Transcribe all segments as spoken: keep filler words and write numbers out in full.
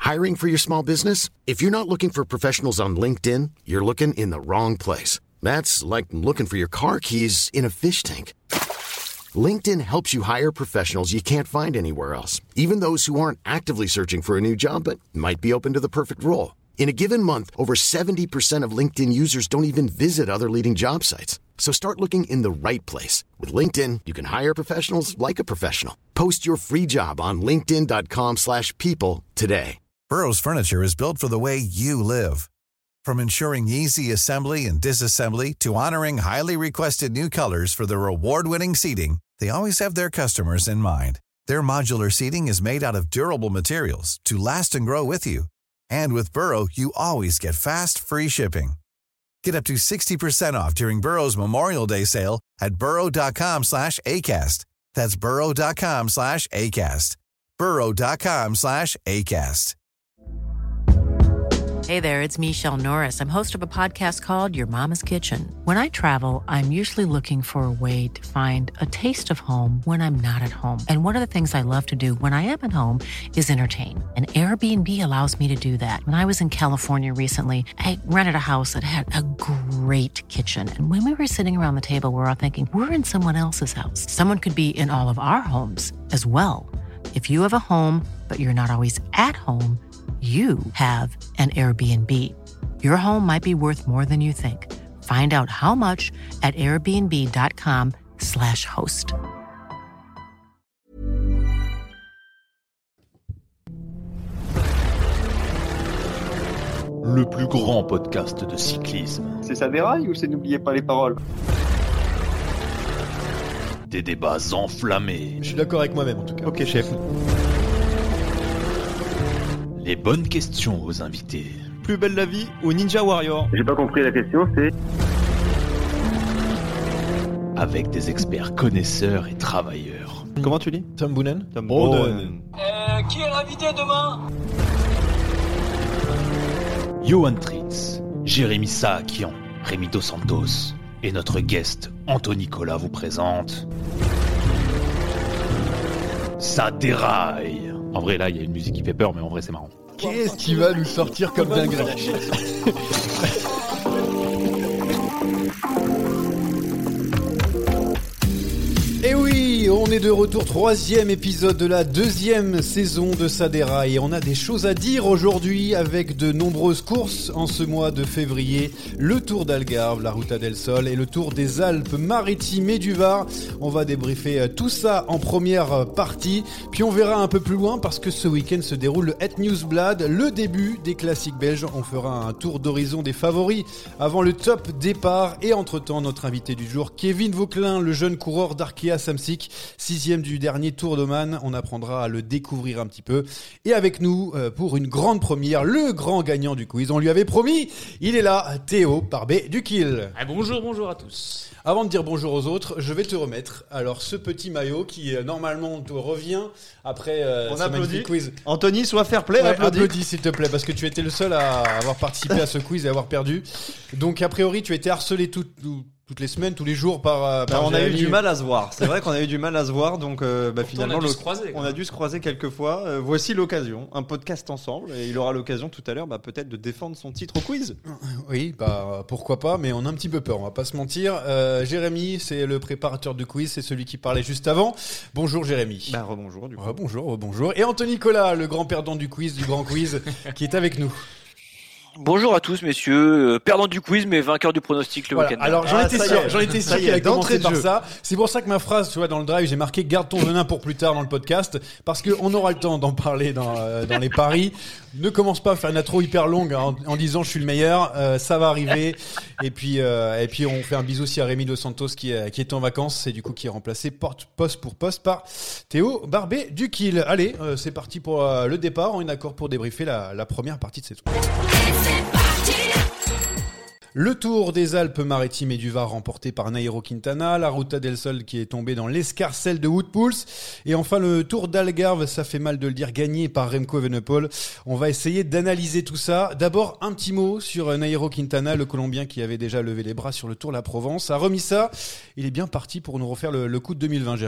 Hiring for your small business? If you're not looking for professionals on LinkedIn, you're looking in the wrong place. That's like looking for your car keys in a fish tank. LinkedIn helps you hire professionals you can't find anywhere else, even those who aren't actively searching for a new job but might be open to the perfect role. In a given month, over seventy percent of LinkedIn users don't even visit other leading job sites. So start looking in the right place. With LinkedIn, you can hire professionals like a professional. Post your free job on linkedin.com slash people today. Burrow's furniture is built for the way you live. From ensuring easy assembly and disassembly to honoring highly requested new colors for their award-winning seating, they always have their customers in mind. Their modular seating is made out of durable materials to last and grow with you. And with Burrow, you always get fast, free shipping. Get up to sixty percent off during Burrow's Memorial Day sale at burrow.com slash ACAST. That's burrow.com slash ACAST. burrow.com slash ACAST. Hey there, it's Michelle Norris. I'm host of a podcast called Your Mama's Kitchen. When I travel, I'm usually looking for a way to find a taste of home when I'm not at home. And one of the things I love to do when I am at home is entertain. And Airbnb allows me to do that. When I was in California recently, I rented a house that had a great kitchen. And when we were sitting around the table, we were all thinking, we're in someone else's house. Someone could be in all of our homes as well. If you have a home, but you're not always at home, you have an Airbnb. Your home might be worth more than you think. Find out how much at airbnb.com slash host. Le plus grand podcast de cyclisme. C'est ça déraille ou c'est n'oubliez pas les paroles? Des débats enflammés. Je suis d'accord avec moi-même en tout cas. Ok chef. Les bonnes questions aux invités. Plus belle la vie ou Ninja Warrior? J'ai pas compris la question, c'est... Avec des experts connaisseurs et travailleurs. Comment tu dis? Tom Boonen? Tom Boonen. Euh, qui est l'invité demain? Johan Tritz, Jérémy Saakian, Rémi Dos Santos et notre guest Anthony Nicolas vous présente... Ça déraille. En vrai, là, il y a une musique qui fait peur, mais en vrai, c'est marrant. Qu'est-ce qui va nous sortir comme dingue? Et oui, on est de retour, troisième épisode de la deuxième saison de Ça déraille. Et on a des choses à dire aujourd'hui avec de nombreuses courses en ce mois de février. Le Tour d'Algarve, la Ruta del Sol et le Tour des Alpes-Maritimes et du Var. On va débriefer tout ça en première partie. Puis on verra un peu plus loin parce que ce week-end se déroule le Het Nieuwsblad, le début des classiques belges. On fera un tour d'horizon des favoris avant le top départ. Et entre-temps, notre invité du jour, Kevin Vauquelin, le jeune coureur d'Arkea Samsic, sixième du dernier Tour d'Oman. On apprendra à le découvrir un petit peu. Et avec nous, euh, pour une grande première, le grand gagnant du quiz. On lui avait promis, il est là, Théo Barbet du Kiel. Ah, bonjour, bonjour à tous. Avant de dire bonjour aux autres, je vais te remettre alors ce petit maillot qui euh, normalement te revient après euh, On ce applaudit. magnifique quiz. Anthony, sois fair play, Ouais, applaudis. applaudis s'il te plaît, parce que tu étais le seul à avoir participé à ce quiz et à avoir perdu. Donc a priori, tu as été harcelé tout, tout, toutes les semaines, tous les jours par, euh, par Bah, on a eu Jérémy. du mal à se voir. C'est vrai qu'on a eu du mal à se voir, donc euh, bah, finalement on a dû le- se croiser, quoi. on a dû se croiser quelques fois. Euh, voici l'occasion, un podcast ensemble, et il aura l'occasion tout à l'heure, bah, peut-être de défendre son titre au quiz. Oui, bah pourquoi pas, mais on a un petit peu peur, on va pas se mentir. Euh, Jérémy, c'est le préparateur du quiz, c'est celui qui parlait juste avant. Bonjour Jérémy. Bah rebonjour du coup. Bonjour, rebonjour. Et Anthony Nicolas, le grand perdant du quiz, du grand quiz, qui est avec nous. Bonjour à tous messieurs, euh, perdant du quiz mais vainqueur du pronostic le Voilà. week-end. Alors j'en Ah, étais ça y sûr, est. j'en étais sûr Ça y qu'il est, allait d'entrée commencer de par jeu. ça. C'est pour ça que ma phrase, tu vois, dans le drive, j'ai marqué garde ton venin pour plus tard dans le podcast, parce que on aura le temps d'en parler dans euh, dans les paris. Ne commence pas à faire une intro hyper longue hein, en, en disant je suis le meilleur, euh, ça va arriver. Et puis euh, et puis on fait un bisou aussi à Rémi Dos Santos qui est qui est en vacances et du coup qui est remplacé porte poste pour poste par Théo Barbet du Kiel. Allez, euh, c'est parti pour euh, le départ. On est d'accord pour débriefer la la première partie de cette. Le Tour des Alpes-Maritimes et du Var remporté par Nairo Quintana, la Ruta del Sol qui est tombée dans l'escarcelle de Wout Poels et enfin le Tour d'Algarve, ça fait mal de le dire, gagné par Remco Evenepoel. On va essayer d'analyser tout ça. D'abord un petit mot sur Nairo Quintana, le Colombien qui avait déjà levé les bras sur le Tour de la Provence, a remis ça. Il est bien parti pour nous refaire le, le coup de deux mille vingt, Jérémy.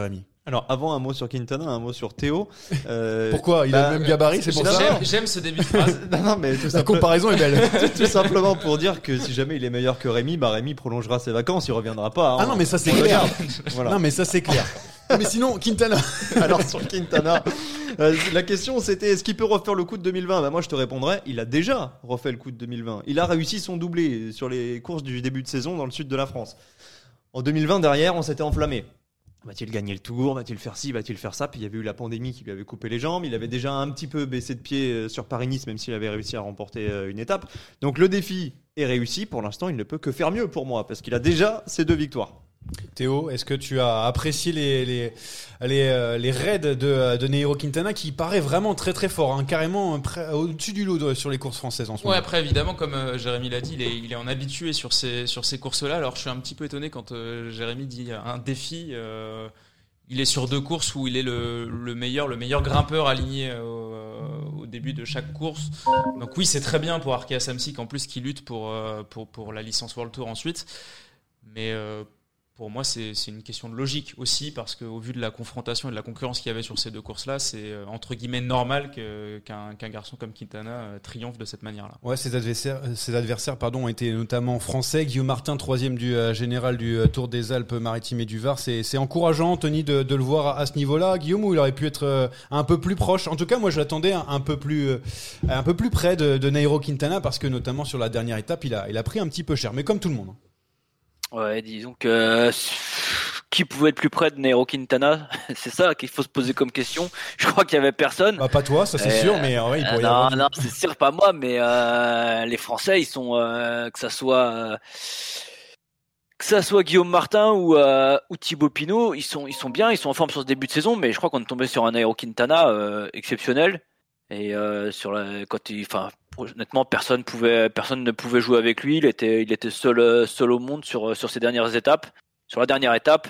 Alors, avant, un mot sur Quintana, un mot sur Théo. Euh, Pourquoi ? Il bah, a le même gabarit, c'est pour j'aime, ça j'aime, j'aime ce début de phrase. non, non, mais tout La simple... comparaison est belle. Tout simplement pour dire que si jamais il est meilleur que Rémi, bah Rémi prolongera ses vacances, il reviendra pas. Hein. Ah non, mais ça c'est clair. Voilà. Non, mais ça c'est clair. Mais sinon, Quintana. Alors sur Quintana, euh, la question c'était est-ce qu'il peut refaire le coup de deux mille vingt ? Bah moi je te répondrais, il a déjà refait le coup de deux mille vingt. Il a réussi son doublé sur les courses du début de saison dans le sud de la France. En deux mille vingt, derrière, on s'était enflammé. Va-t-il gagner le Tour ? Va-t-il faire ci ? Va-t-il faire ça ? Puis il y avait eu la pandémie qui lui avait coupé les jambes. Il avait déjà un petit peu baissé de pied sur Paris-Nice, même s'il avait réussi à remporter une étape. Donc le défi est réussi. Pour l'instant, il ne peut que faire mieux pour moi, parce qu'il a déjà ses deux victoires. Théo, est-ce que tu as apprécié les les les, euh, les raids de, de Nairo Quintana qui paraît vraiment très très fort, hein, carrément près, au-dessus du lot de, sur les courses françaises en ce ouais, moment. Ouais, après évidemment, comme euh, Jérémy l'a dit, il est, il est en habitué sur ces sur ces courses-là. Alors je suis un petit peu étonné quand euh, Jérémy dit un défi. Euh, il est sur deux courses où il est le, le meilleur le meilleur grimpeur aligné au, au début de chaque course. Donc oui, c'est très bien pour Arkea Samsic en plus qui lutte pour euh, pour pour la licence World Tour ensuite, mais euh, pour moi, c'est, c'est une question de logique aussi, parce qu'au vu de la confrontation et de la concurrence qu'il y avait sur ces deux courses-là, c'est euh, entre guillemets normal que, qu'un, qu'un garçon comme Quintana euh, triomphe de cette manière-là. Ouais, ses adversaires, ses adversaires pardon, ont été notamment français. Guillaume Martin, troisième du euh, général du euh, Tour des Alpes-Maritimes et du Var. C'est, c'est encourageant, Anthony, de, de le voir à, à ce niveau-là. Guillaume, où il aurait pu être euh, un peu plus proche. En tout cas, moi, je l'attendais un, un peu plus, euh, un peu plus près de, de Nairo Quintana, parce que notamment sur la dernière étape, il a, il a pris un petit peu cher, mais comme tout le monde. Ouais, disons que euh, qui pouvait être plus près de Nairo Quintana ? C'est ça qu'il faut se poser comme question. Je crois qu'il y avait personne. Bah pas toi, ça c'est euh, sûr, mais ouais, il pourrait euh, y non, avoir. Non, c'est sûr pas moi, mais euh, les Français, ils sont euh, que ça soit euh, que ça soit Guillaume Martin ou euh, ou Thibaut Pinot, ils sont ils sont bien, ils sont en forme sur ce début de saison, mais je crois qu'on est tombé sur un Nairo Quintana euh, exceptionnel et euh, sur la quand il, enfin. Honnêtement, personne pouvait, personne ne pouvait jouer avec lui. Il était, il était seul, seul au monde sur sur ces dernières étapes. Sur la dernière étape,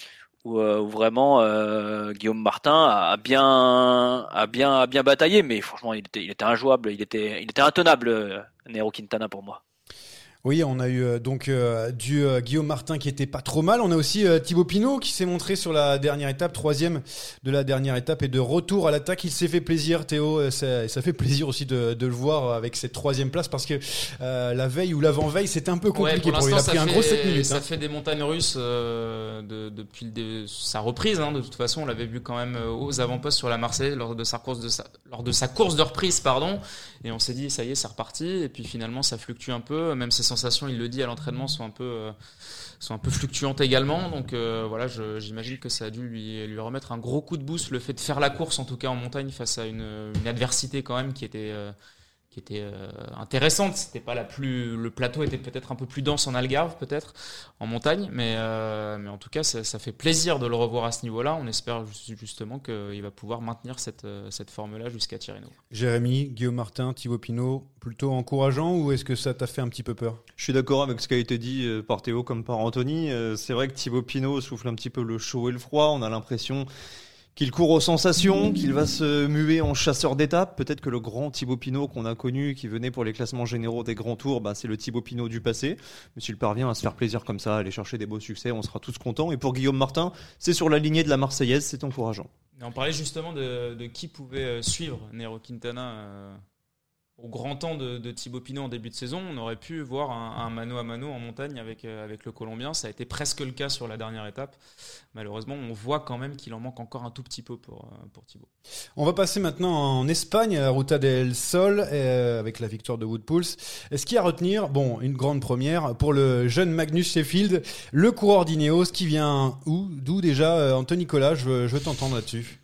où, où vraiment euh, Guillaume Martin a bien, a bien, a bien bataillé, mais franchement, il était, il était injouable. Il était, il était intenable, Nairo Quintana pour moi. Oui, on a eu euh, donc euh, du euh, Guillaume Martin qui était pas trop mal. On a aussi euh, Thibaut Pinot qui s'est montré sur la dernière étape, troisième de la dernière étape et de retour à l'attaque. Il s'est fait plaisir, Théo. Ça, ça fait plaisir aussi de, de le voir avec cette troisième place parce que euh, la veille ou l'avant-veille, c'était un peu compliqué ouais, pour, pour lui. Il a pris fait, un gros sept minutes. Ça hein. fait des montagnes russes euh, de, depuis le dé... sa reprise. Hein, de toute façon, on l'avait vu quand même aux avant-postes sur la Marseillaise lors de sa course de sa, lors de sa course de reprise, pardon. Et on s'est dit, ça y est, c'est reparti. Et puis finalement, ça fluctue un peu. Même ses sensations, il le dit à l'entraînement, sont un peu, euh, sont un peu fluctuantes également. Donc euh, voilà, je, j'imagine que ça a dû lui, lui remettre un gros coup de boost, le fait de faire la course, en tout cas en montagne, face à une, une adversité quand même qui était, euh, qui était euh, intéressante. C'était pas la plus, le plateau était peut-être un peu plus dense en Algarve, peut-être en montagne, mais, euh, mais en tout cas, ça, ça fait plaisir de le revoir à ce niveau-là. On espère justement qu'il va pouvoir maintenir cette, cette forme-là jusqu'à Tirreno. Jérémy, Guillaume Martin, Thibaut Pinot, plutôt encourageant ou est-ce que ça t'a fait un petit peu peur ? Je suis d'accord avec ce qui a été dit par Théo comme par Anthony. C'est vrai que Thibaut Pinot souffle un petit peu le chaud et le froid. On a l'impression qu'il court aux sensations, qu'il va se muer en chasseur d'étapes. Peut-être que le grand Thibaut Pinot qu'on a connu, qui venait pour les classements généraux des grands tours, bah, c'est le Thibaut Pinot du passé. Mais s'il parvient à se faire plaisir comme ça, à aller chercher des beaux succès, on sera tous contents. Et pour Guillaume Martin, c'est sur la lignée de la Marseillaise, c'est encourageant. Et on parlait justement de, de qui pouvait suivre Nairo Quintana euh, au grand temps de, de Thibaut Pinot en début de saison. On aurait pu voir un, un mano à mano en montagne avec, euh, avec le Colombien. Ça a été presque le cas sur la dernière étape. Malheureusement, on voit quand même qu'il en manque encore un tout petit peu pour, euh, pour Thibaut. On va passer maintenant en Espagne, à la Ruta del Sol, euh, avec la victoire de Wout Poels. Est-ce qu'il y a à retenir ? Bon, une grande première pour le jeune Magnus Sheffield, le coureur d'Ineos qui vient où ? D'où déjà, euh, Anthony Nicolas, je veux, je veux t'entendre là-dessus.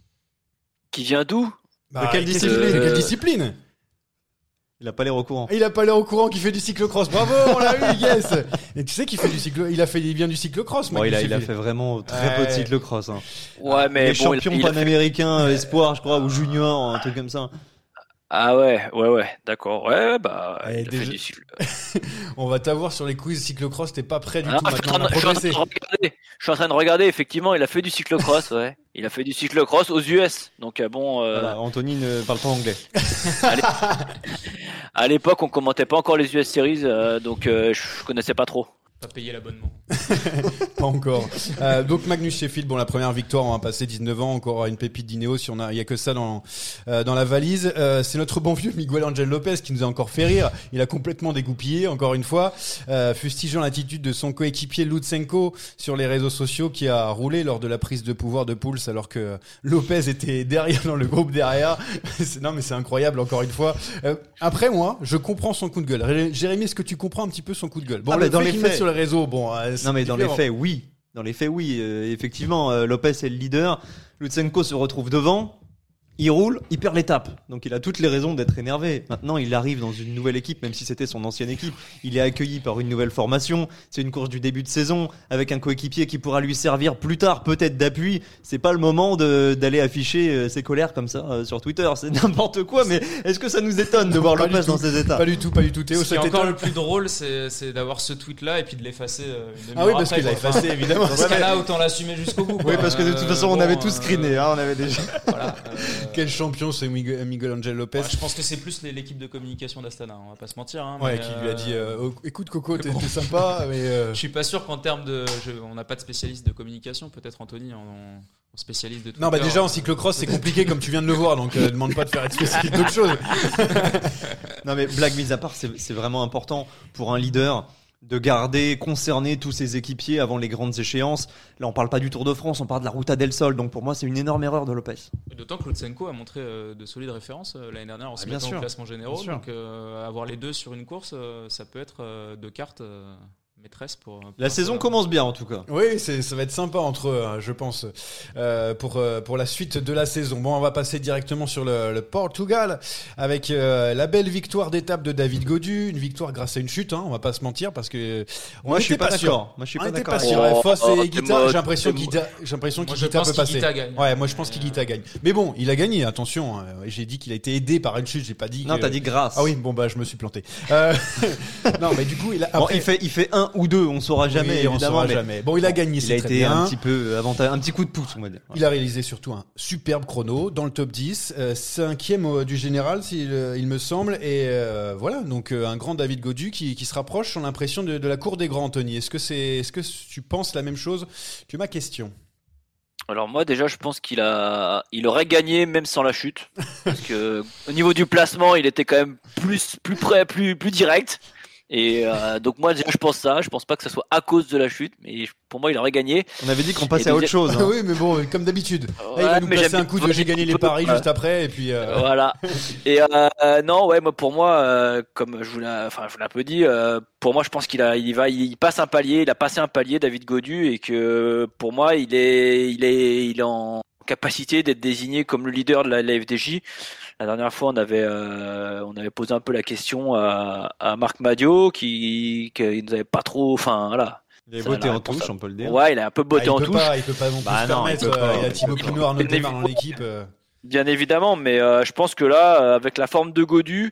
Qui vient d'où ? Bah, De quelle discipline, euh... de quelle discipline ? Il a pas l'air au courant. Il a pas l'air au courant qu'il fait du cyclocross. Bravo, on l'a eu, yes. Et tu sais qu'il fait du cyclo, il a fait bien du cyclocross. Bon, il a, il a fait vraiment très ouais. peu de cyclocross. Hein. Ouais, mais il est bon, champion il, il panaméricain fait... espoir, je crois, ou junior, un truc comme ça. Ah ouais, ouais, ouais, d'accord. Ouais, bah, ouais, il a déjà... fait du cycle. On va t'avoir sur les quiz cyclocross, t'es pas prêt du ah, tout maintenant. Je suis, en train de regarder. je suis en train de regarder, effectivement, il a fait du cyclocross, ouais. Il a fait du cyclocross aux U S. Donc, bon. Euh... Voilà, Anthony ne parle pas anglais. À l'époque, on commentait pas encore les U S Series, euh, donc euh, je connaissais pas trop. Pas payer l'abonnement. Pas encore. Euh, donc Magnus Sheffield, bon la première victoire, on va passer dix-neuf ans, encore une pépite d'Ineos, si on a, il y a que ça dans euh, dans la valise. Euh, c'est notre bon vieux Miguel Angel Lopez qui nous a encore fait rire. Il a complètement dégoupillé, encore une fois, euh, fustigeant l'attitude de son coéquipier Lutsenko sur les réseaux sociaux, qui a roulé lors de la prise de pouvoir de Pouls alors que Lopez était derrière dans le groupe derrière. c'est, non mais c'est incroyable, encore une fois. Euh, après moi, je comprends son coup de gueule. Jérémy, est-ce que tu comprends un petit peu son coup de gueule? Bon, ah, mais dans les faits, sur les réseaux, bon. Euh, non mais dans les faits, oui. Dans les faits, oui. Euh, effectivement, euh, Lopez est le leader. Lutsenko se retrouve devant. Il roule, il perd l'étape. Donc il a toutes les raisons d'être énervé. Maintenant, il arrive dans une nouvelle équipe, même si c'était son ancienne équipe. Il est accueilli par une nouvelle formation. C'est une course du début de saison, avec un coéquipier qui pourra lui servir plus tard, peut-être d'appui. C'est pas le moment de, d'aller afficher ses colères comme ça euh, sur Twitter. C'est n'importe quoi, mais est-ce que ça nous étonne de voir Lopez dans ces états? Pas du tout, pas du tout. Théo, ce qui est encore le plus drôle, c'est, c'est d'avoir ce tweet-là et puis de l'effacer euh, une demi-heure Ah oui, parce après, qu'il l'a effacé, évidemment. Dans ce cas-là, autant l'assumer jusqu'au bout. Quoi. Oui, parce que de toute façon, euh, on bon, avait tous euh, screené, hein, on avait déjà. Voilà. Euh, Quel champion c'est Miguel, Miguel Angel Lopez. Ouais, je pense que c'est plus l'équipe de communication d'Astana, on va pas se mentir. Hein, ouais, mais qui euh... lui a dit euh, oh, écoute Coco, t'es, t'es sympa, mais. Euh... Je suis pas sûr qu'en termes de. Je, on n'a pas de spécialiste de communication, peut-être Anthony en, en spécialiste de Twitter. Non, bah déjà en cyclocross, c'est compliqué comme tu viens de le voir, donc euh, demande pas de faire être spécialiste d'autre chose. Non, mais blague mise à part, c'est, c'est vraiment important pour un leader de garder, concerner tous ses équipiers avant les grandes échéances. Là, on parle pas du Tour de France, on parle de la Ruta del Sol. Donc pour moi, c'est une énorme erreur de Lopez. D'autant que Lutsenko a montré euh, de solides références euh, l'année dernière en se ah, mettant sûr. au classement généraux. Donc euh, avoir les deux sur une course, euh, ça peut être euh, deux cartes euh, maîtresses pour, pour la saison ça. Commence bien en tout cas. Oui, c'est, ça va être sympa entre eux, je pense, euh, pour euh, pour la suite de la saison. Bon, on va passer directement sur le, le Portugal avec euh, la belle victoire d'étape de David Gaudu, une victoire grâce à une chute, hein, on va pas se mentir parce que on moi je suis pas, pas sûr. Moi je suis on pas était d'accord. pas sûr. Oh, Foss oh, et Guita, mode, j'ai l'impression c'est qu'Iguita, j'ai l'impression moi, qu'Iguita peut passer. gagne. Ouais, moi je pense qu'Iguita gagne. Mais bon, il a gagné. Attention, j'ai dit qu'il a été aidé par une chute. J'ai pas dit. Non, que... t'as dit grâce. Ah oui, bon bah je me suis planté. Euh... non, mais du coup, il a. Bon, Après... il fait il fait un ou deux, on saura jamais. Oui, on saura mais... jamais. Bon, il a gagné, il c'est a très été bien. un petit peu avantage, un petit coup de pouce, on va dire. Il a réalisé surtout un superbe chrono dans le top dix, euh, cinquième au, du général, s'il, euh, il me semble, et euh, voilà, donc euh, un grand David Gaudu qui, qui se rapproche, j'ai l'impression, de, de la cour des grands, Anthony. Est-ce que, c'est, est-ce que tu penses la même chose que ma question? Alors moi déjà je pense qu'il a, il aurait gagné même sans la chute, parce que au niveau du placement il était quand même plus, plus près, plus, plus direct. Et euh, donc moi déjà je pense ça, je pense pas que ça soit à cause de la chute, mais pour moi il aurait gagné. On avait dit qu'on passait et à autre chose. Hein. Oui, mais bon, comme d'habitude. Ouais, Là, il va nous mais passer j'aime un coup de bien- j'ai gagné les paris Ouais. juste après, et puis. Euh... Voilà. Et euh, euh, non, ouais, moi pour moi, euh, comme je vous l'ai, enfin je vous l'ai un peu dit, euh, pour moi je pense qu'il a, il va, il passe un palier, il a passé un palier, David Gaudu, et que pour moi il est, il est, il est en capacité d'être désigné comme le leader de la, la F D J. La dernière fois, on avait, euh, on avait posé un peu la question à, à Marc Madio, qui, qui nous avait pas trop, enfin voilà. Il avait Ça, botté la en réponse touche, à- on peut le dire. Ouais, il a un peu Ah, botté il en peut touche. pas, il peut pas non plus Bah se non, permettre. il peut pas. euh, il a Thibaut Pinot, Arnaud Démarre dans l'équipe. euh. Bien évidemment, mais euh, je pense que là, euh, avec la forme de Gaudu,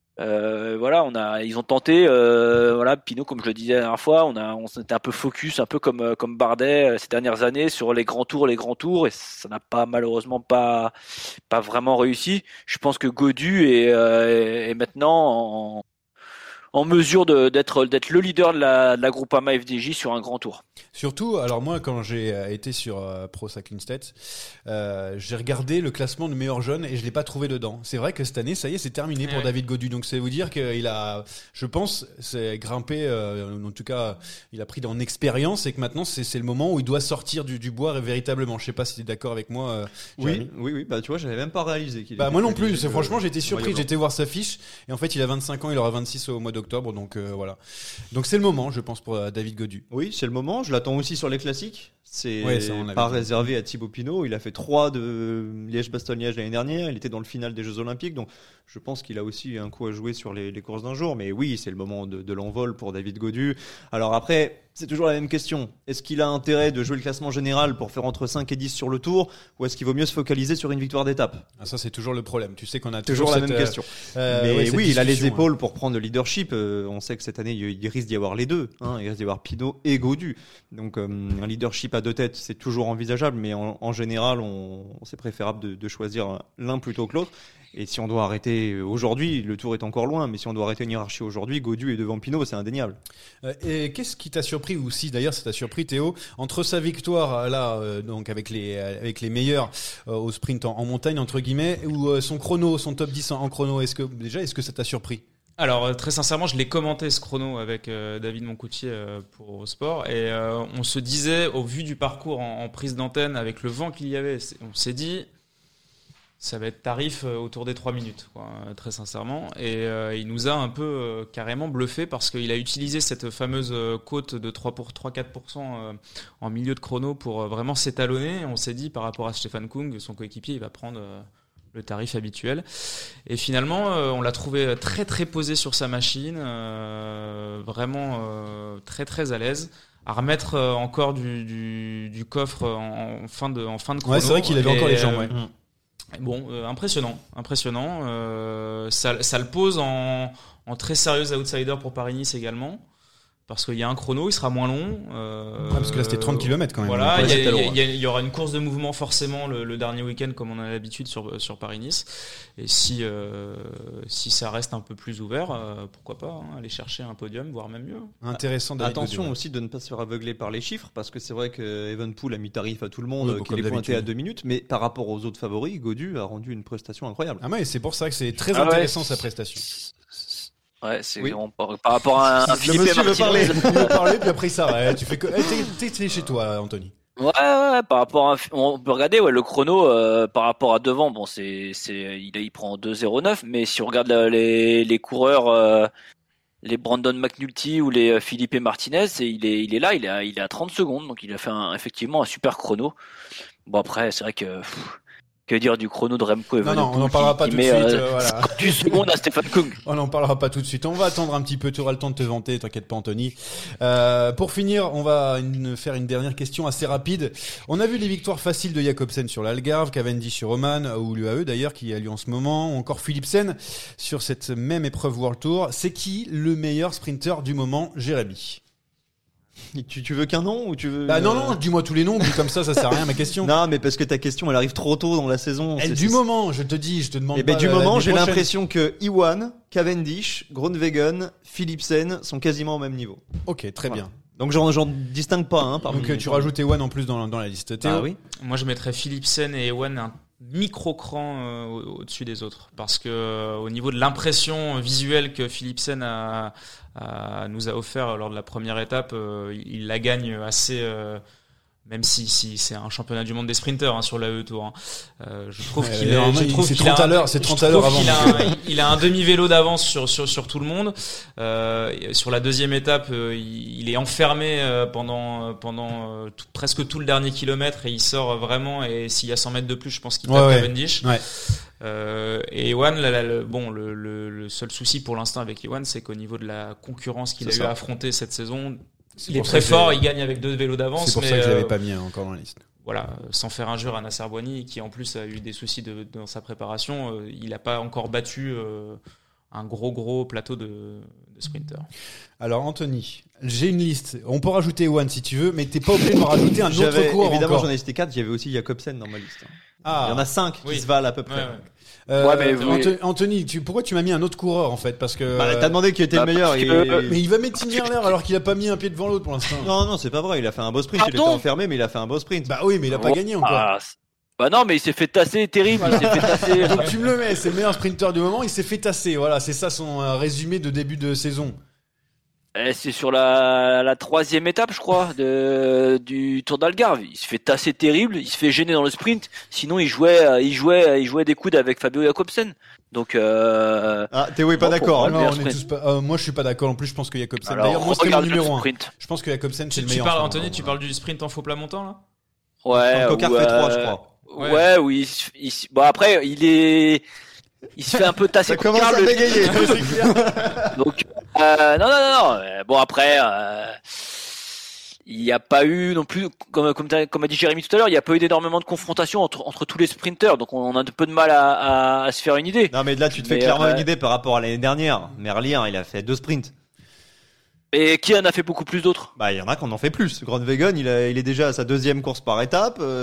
euh, voilà, on a, ils ont tenté, euh, voilà, Pinot, comme je le disais la dernière fois, on a, on s'était un peu focus, un peu comme euh, comme Bardet euh, ces dernières années sur les grands tours, les grands tours, et ça n'a pas malheureusement pas pas vraiment réussi. Je pense que Gaudu est, euh, est maintenant en en mesure de, d'être d'être le leader de la, de la Groupama F D J sur un grand tour. Surtout, alors moi, quand j'ai euh, été sur euh, Pro Cycling Stats, euh, j'ai regardé le classement de meilleurs jeunes et je l'ai pas trouvé dedans. C'est vrai que cette année, ça y est, c'est terminé pour Ouais. David Gaudu. Donc, c'est vous dire qu'il a, je pense, c'est grimpé. Euh, en tout cas, il a pris en expérience et que maintenant, c'est, c'est le moment où il doit sortir du, du bois véritablement. Je sais pas si tu es d'accord avec moi. Euh, Oui, Jérémy. oui, oui. Bah tu vois, j'avais même pas réalisé qu'il. Bah était moi non plus plus. léger C'est, que- franchement, j'étais que surpris. Maillot Blanc. J'étais voir sa fiche et en fait, il a vingt-cinq ans, il aura vingt-six au mois d'octobre. Donc euh, voilà. Donc c'est le moment, je pense, pour euh, David Gaudu. Oui, c'est le moment. Je l'attends aussi sur les classiques. C'est Ouais, ça, on l'avait pas dit. réservé à Thibaut Pinot. Il a fait trois de Liège-Bastogne-Liège l'année dernière. Il était dans le final des Jeux Olympiques. Donc, je pense qu'il a aussi un coup à jouer sur les, les courses d'un jour. Mais oui, c'est le moment de, de l'envol pour David Gaudu. Alors après, c'est toujours la même question. Est-ce qu'il a intérêt de jouer le classement général pour faire entre cinq et dix sur le tour? Ou est-ce qu'il vaut mieux se focaliser sur une victoire d'étape? Ah, ça, c'est toujours le problème. Tu sais qu'on a Toujours toujours, la cette, même euh, question. euh, Mais ouais, cette oui, il a les discussion, épaules pour prendre le leadership. Euh, on sait que cette année, il il risque d'y avoir les deux. Hein. Il risque d'y avoir Pinot et Gaudu. Donc, euh, un leadership à deux têtes, c'est toujours envisageable. Mais en, en général, on, c'est préférable de, de choisir l'un plutôt que l'autre. Et si on doit arrêter aujourd'hui, le Tour est encore loin, mais si on doit arrêter une hiérarchie aujourd'hui, Gaudu est devant Pinot, c'est indéniable. Euh, et qu'est-ce qui t'a surpris, ou si d'ailleurs ça t'a surpris Théo, entre sa victoire là, euh, donc avec les avec les meilleurs euh, au sprint en, en montagne entre guillemets, ou euh, son chrono, son top dix en, en chrono, est-ce que déjà est-ce que ça t'a surpris? Alors euh, très sincèrement, je l'ai commenté ce chrono avec euh, David Moncoutier euh, pour Eurosport et euh, on se disait au vu du parcours en, en prise d'antenne avec le vent qu'il y avait, on s'est dit ça va être tarif euh, autour des trois minutes, quoi, euh, très sincèrement. Et euh, il nous a un peu euh, carrément bluffé parce qu'il a utilisé cette fameuse euh, cote de trois à quatre pour cent euh, en milieu de chrono pour euh, vraiment s'étalonner. On s'est dit par rapport à Stefan Kung, son coéquipier, il va prendre euh, le tarif habituel. Et finalement, euh, on l'a trouvé très très posé sur sa machine, euh, vraiment euh, très très à l'aise. À remettre euh, encore du, du, du coffre en, en, fin de, en fin de chrono. Ouais, c'est vrai qu'il avait et, encore les jambes, ouais. Euh, Bon, euh, impressionnant, impressionnant. Euh, ça, ça le pose en, en très sérieux outsider pour Paris-Nice également. Parce qu'il y a un chrono, il sera moins long. Euh, ouais, parce que là c'était trente kilomètres quand même. Voilà, ouais, il, y a, il, y a, il y aura une course de mouvement forcément le, le dernier week-end comme on a l'habitude sur, sur Paris-Nice. Et si, euh, si ça reste un peu plus ouvert, euh, pourquoi pas hein, aller chercher un podium, voire même mieux. Intéressant. Attention aussi de ne pas se faire aveugler par les chiffres, parce que c'est vrai que Evenepoel a mis tarif à tout le monde, oui, qu'il est pointé à deux minutes, mais par rapport aux autres favoris, Gaudu a rendu une prestation incroyable. Ah ouais, c'est pour ça que c'est très ah intéressant ouais. sa prestation. Ouais, c'est oui. on, par, par rapport à un, un Philippe Martinez. Veut parler. Il veut parler, puis après il s'arrête. Tu fais que, hey, t'es, t'es chez toi, Anthony. Ouais, ouais, par rapport à, on peut regarder, ouais, le chrono, euh, par rapport à devant, bon, c'est, c'est, il, il prend deux zéro neuf, mais si on regarde la, les, les coureurs, euh, les Brandon McNulty ou les Philippe Martinez, c'est, il est, il est là, il est à, il est à trente secondes, donc il a fait un, effectivement un super chrono. Bon, après, c'est vrai que, pff, que dire du chrono de Remco Evenepoel. Non, non, on n'en parlera pas tout de suite. Euh, voilà. cinquante secondes à Stefan Kung. On n'en parlera pas tout de suite. On va attendre un petit peu. Tu auras le temps de te vanter. T'inquiète pas, Anthony. Euh, pour finir, on va une, faire une dernière question assez rapide. On a vu les victoires faciles de Jacobsen sur l'Algarve, Cavendish sur Oman, ou l'U A E d'ailleurs, qui a lieu en ce moment, ou encore Philipsen sur cette même épreuve World Tour. C'est qui le meilleur sprinter du moment, Jérémy? Tu, tu veux qu'un nom ou tu veux Bah non non, dis-moi tous les noms, comme ça ça sert à rien ma question. Non, mais parce que ta question elle arrive trop tôt dans la saison. Elle c'est, du c'est... moment, je te dis, je te demande eh pas. Ben, du la, moment, la j'ai prochaine. l'impression que Iwan, Cavendish, Groenewegen, Philipsen sont quasiment au même niveau. OK, très voilà. bien. Donc j'en, j'en distingue pas hein, parmi. Donc euh, tu rajoutes Ewan en plus dans, dans la liste. Théo. Ah oui. Moi je mettrais Philipsen et Ewan un micro-cran euh, au- au-dessus des autres. Parce que euh, au niveau de l'impression visuelle que Philipsen a, a, nous a offert lors de la première étape, euh, il, il la gagne assez... Euh, même si, si c'est un championnat du monde des sprinters hein, sur l'A E Tour. Hein. Euh, je trouve Ouais, qu'il ouais, est, je il- trouve c'est qu'il trente a à un- l'heure, c'est je trente à trouve l'heure avant. qu'il a un, il a un demi-vélo d'avance sur, sur, sur tout le monde. Euh, sur la deuxième étape, euh, il, il est enfermé euh, pendant, pendant euh, tout, presque tout le dernier kilomètre et il sort vraiment. Et s'il y a cent mètres de plus, je pense qu'il tape Ouais, ouais. Cavendish. Ouais. Euh, et Ewan, là, là, le, bon, le, le, le seul souci pour l'instant avec Ewan, c'est qu'au niveau de la concurrence qu'il C'est a ça. eu à affronter cette saison, C'est il est pour ça très que fort, j'ai- il gagne avec deux vélos d'avance. C'est pour mais, ça que je l'avais euh, pas mis encore dans la liste. voilà, sans faire injure à Nasser Bouhanni, qui en plus a eu des soucis de, dans sa préparation, euh, il n'a pas encore battu euh, un gros gros plateau de, de sprinter. Alors Anthony, j'ai une liste. On peut rajouter Ewan si tu veux, mais t'es pas obligé de me rajouter un autre J'avais, coureur évidemment, encore. j'en ai cité quatre. J'avais aussi Jacobsen dans ma liste. Ah. Il y en a cinq Oui. qui se valent à peu près. Ouais, ouais. Euh, Ouais, mais vous- Anto- Anthony, tu, pourquoi tu m'as mis un autre coureur en fait? Parce que. Bah, t'as demandé qui était bah, le meilleur. parce et- que- Mais il va mettre Tim Werner alors qu'il a pas mis un pied devant l'autre pour l'instant. Non, non, c'est pas vrai. Il a fait un beau sprint. Il était Pardon enfermé, mais il a fait un beau sprint. Bah oui, mais il a pas Oh, gagné encore. ah, c'est- bah non, mais il s'est fait tasser, terrible. Il s'est fait tasser. Donc tu me le mets, c'est le meilleur sprinter du moment, il s'est fait tasser. Voilà, c'est ça son euh, résumé de début de saison. Eh, c'est sur la, la troisième étape, je crois, de, du Tour d'Algarve. Il se fait tasser terrible, il se fait gêner dans le sprint. Sinon, il jouait, euh, il jouait, il jouait des coudes avec Fabio Jacobsen. Donc, euh, Ah, Théo est pas Bon, d'accord. pour hein. moi, Non, le on est sprint. tous pas- euh, moi je suis pas d'accord. En plus, je pense que Jacobsen. alors, D'ailleurs, moi c'est mon regarde le numéro un. sprint. Je pense que Jacobsen c'est Tu, le tu meilleur. parles, en ce Anthony, moment. tu parles du sprint en faux plat montant là? Ouais, Franco ou, fait trois, je euh, crois. Ouais, Ouais. oui. Il, se- il se- bon après, il est, il se fait un peu tasser. Ça commence Car à le- bégayer. Donc, euh, non, non, non, non. Euh, Bon, après, euh, il n'y a pas eu non plus, comme, comme, t'as- comme a dit Jérémy tout à l'heure, il n'y a pas eu d'énormément de confrontation entre, entre tous les sprinters. Donc, on a un peu de mal à, à, à se faire une idée. Non, mais là, tu te fais Mais, clairement euh, une idée par rapport à l'année dernière. Merlier, il a fait deux sprints. Et qui en a fait beaucoup plus d'autres? Bah, il y en a qui en ont fait plus. Groenewegen, il, a, il est déjà à sa deuxième course par étape. Euh,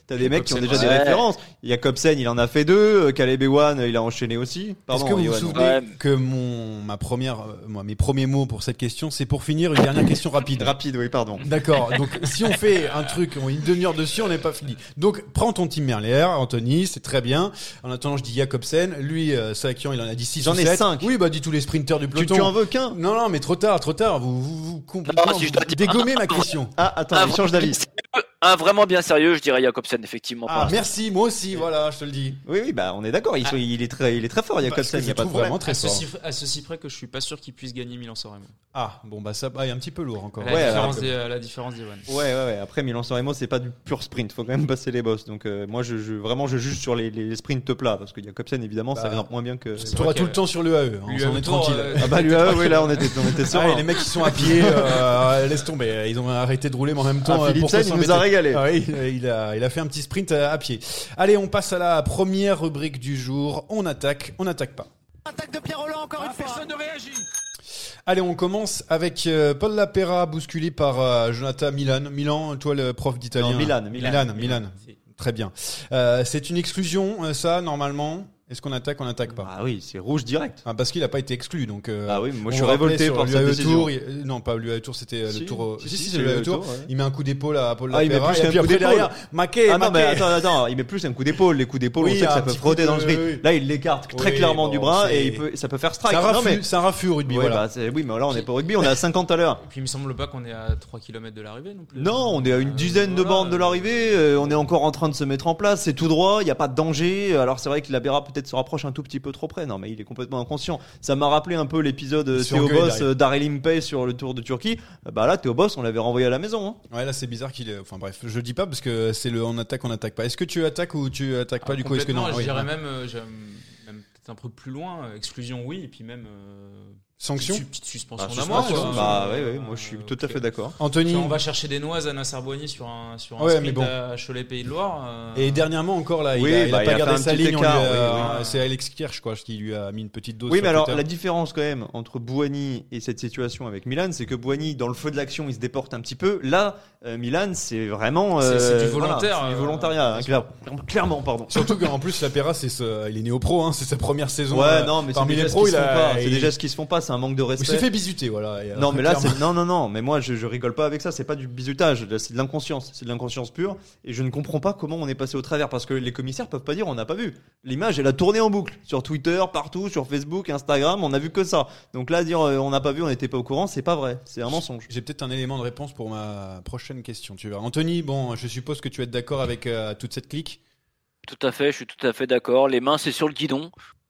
T'as des mecs qui ont déjà ouais. des références. Jacobsen, il en a fait deux. Caleb Ewan, il a enchaîné aussi. Pardon, Est-ce que vous Johan. vous souvenez Ouais. que mon, ma première, euh, moi, mes premiers mots pour cette question, c'est pour finir une dernière question rapide. Rapide, oui, pardon. D'accord. Donc, si on fait un truc, on une demi-heure dessus, on n'est pas fini. Donc, prends ton Tim Merlier, Anthony, c'est très bien. En attendant, je dis Jacobsen. Lui, euh, Sakian, il en a dit six J'en ou ai sept. cinq. Oui, bah, dis tous les sprinters du Tu, peloton. tu en veux qu'un? Non, non, mais trop tard, trop tard. Vous, vous, vous, complètement, Non, si je dois vous dire- dégommez ma question. Ah, attends, Un il change d'avis. Un vraiment bien sérieux, je dirais Jacobsen, effectivement. pour Ah, l'instant. merci, moi aussi, voilà, je te le dis. Oui, oui, bah, on est d'accord. Il, Ah. il est très, il est très fort, Parce Jacobsen. que Il je y a pas de trouve problème. vraiment très À fort. ceci, à ceci près que je suis pas sûr qu'il puisse gagner Milan-San Remo. Ah, bon, bah, ça, ah, il est un petit peu lourd encore. La, Ouais, différence alors des, euh, la différence d'Iwan. Ouais, ouais, ouais. Après, Milan-San Remo, c'est pas du pur sprint. Faut quand même passer les bosses. Donc, euh, moi, je, je, vraiment, je juge sur les, les sprints plats. Parce que Jacobsen, évidemment, ça Bah, va moins bien que. Tu auras tout le temps sur l'U A E, hein, on s'en est tranquille. Ah bah, l'U A E, oui, là, on était, on était Ah, serein. et les mecs qui sont à pied, euh, laisse tomber. Ils ont arrêté de rouler, mais en même temps, Ah, euh, Philipsen, pourquoi il nous a s'embêter régalé. Ah oui, il a, il a fait un petit sprint à, à pied. Allez, on passe à la première rubrique du jour. On attaque, on n'attaque pas. Attaque de Pierre Rolland encore une fois. Personne ne réagit. Allez, on commence avec euh, Paul Lapera, bousculé par euh, Jonathan Milan. Milan, toi le prof d'italien. Non, Milan, Milan, Milan. Milan. Si. Très bien. Euh, c'est une exclusion, euh, ça, normalement. Est-ce qu'on attaque, on n'attaque pas? Ah oui, c'est rouge direct. Ah, parce qu'il n'a pas été exclu, donc. Euh, Ah oui, moi, je on suis rappelait révolté sur par l'U A cette E décision. Tour, il- euh, non, pas l'U A E Tour, c'était euh, Si, le Tour. au- si, Si, si, si, c'est c'est l'U A E Tour. ouais. Il met un coup d'épaule à Paul Ah, il met Lapera, plus et qu'un puis coup après d'épaule. derrière, Maquet, Ah non, mais Maquet. attends, attends, il met plus un coup d'épaule. Les coups d'épaule, Oui, on sait que un ça peut petit frotter coup dans le de- sprint. oui. Là, il l'écarte très Oui, clairement bon, du bras c'est- et il peut, ça peut faire strike. C'est un Non, raffut, mais- c'est un raffut au rugby, Ouais, voilà. bah, c'est- oui, mais là, on n'est pas au rugby, on est à cinquante à l'heure. Et puis il me semble pas qu'on est à trois kilomètres de l'arrivée non plus. Non, on est à une Euh, dizaine de voilà. bornes de l'arrivée. euh, on est encore en train de se mettre en place. C'est tout droit. Il n'y a pas de danger. Alors c'est vrai que Labera peut-être se rapproche un tout petit peu trop près. Non, mais il est complètement inconscient. Ça m'a rappelé un peu l'épisode euh, Il se fait Théo engueuler Boss derrière. euh, d'Arel Impey sur le Tour de Turquie. Euh, Bah là, Théo Boss, on l'avait renvoyé à la maison. Hein. Ouais, là c'est bizarre qu'il est. Enfin bref, je dis pas parce que c'est le on attaque, on n'attaque pas. Est-ce que tu attaques ou tu attaques pas Ah, du coup? Est-ce que non? complètement, Oui, je dirais ouais. même, euh, j'aime- même peut-être un peu plus loin. euh, Exclusion, oui, et puis même. euh, Sanction? Petite, petite suspension Ah, d'un mois. suspension. quoi. Bah Euh, ouais, ouais, moi je suis tout à fait ok. d'accord. Anthony. Puis on va chercher des noises à Nasser-Boigny sur un, sur un Ouais, sprint mais bon. à Cholet-Pays de Loire. euh, Et dernièrement encore là, il Oui, a, il a bah, pas il a gardé fait un sa petit ligne. on lui écart, a- oui, oui. C'est Alex Kirch, quoi, qui lui a mis une petite dose. Oui, sur mais alors Twitter. la différence quand même entre Bouhanni et cette situation avec Milan, c'est que Bouhanni, dans le feu de l'action, il se déporte un petit peu. Là, euh, Milan, c'est vraiment. C'est- c'est du voilà, volontaire, c'est du euh, volontariat, hein, clair- clairement, pardon. Surtout qu'en plus, Lapera, c'est ce... il est né au pro, hein, c'est sa première saison. Ouais, euh, non, mais c'est parmi des les gestes pros, qui il se font a. pas. C'est il- des gestes qui se font pas. C'est un manque de Il respect. s'est fait bisuter, voilà. Et, euh, Non, mais là, clairement. c'est non, non, non. Mais moi, je, je rigole pas avec ça. C'est pas du bizutage. Là, c'est de l'inconscience. C'est de l'inconscience pure. Et je ne comprends pas comment on est passé au travers parce que les commissaires peuvent pas dire on n'a pas vu. L'image, elle a tourné en boucle sur Twitter, partout, sur Facebook, Instagram. On a vu que ça. Donc là, dire euh, on n'a pas vu, on n'était pas au courant, c'est pas vrai. C'est un mensonge. J'ai peut-être un élément de réponse pour ma prochaine question. Tu verras. Anthony, bon, je suppose que tu es d'accord avec euh, toute cette clique. Tout à fait, je suis tout à fait d'accord. Les mains, c'est sur le guidon.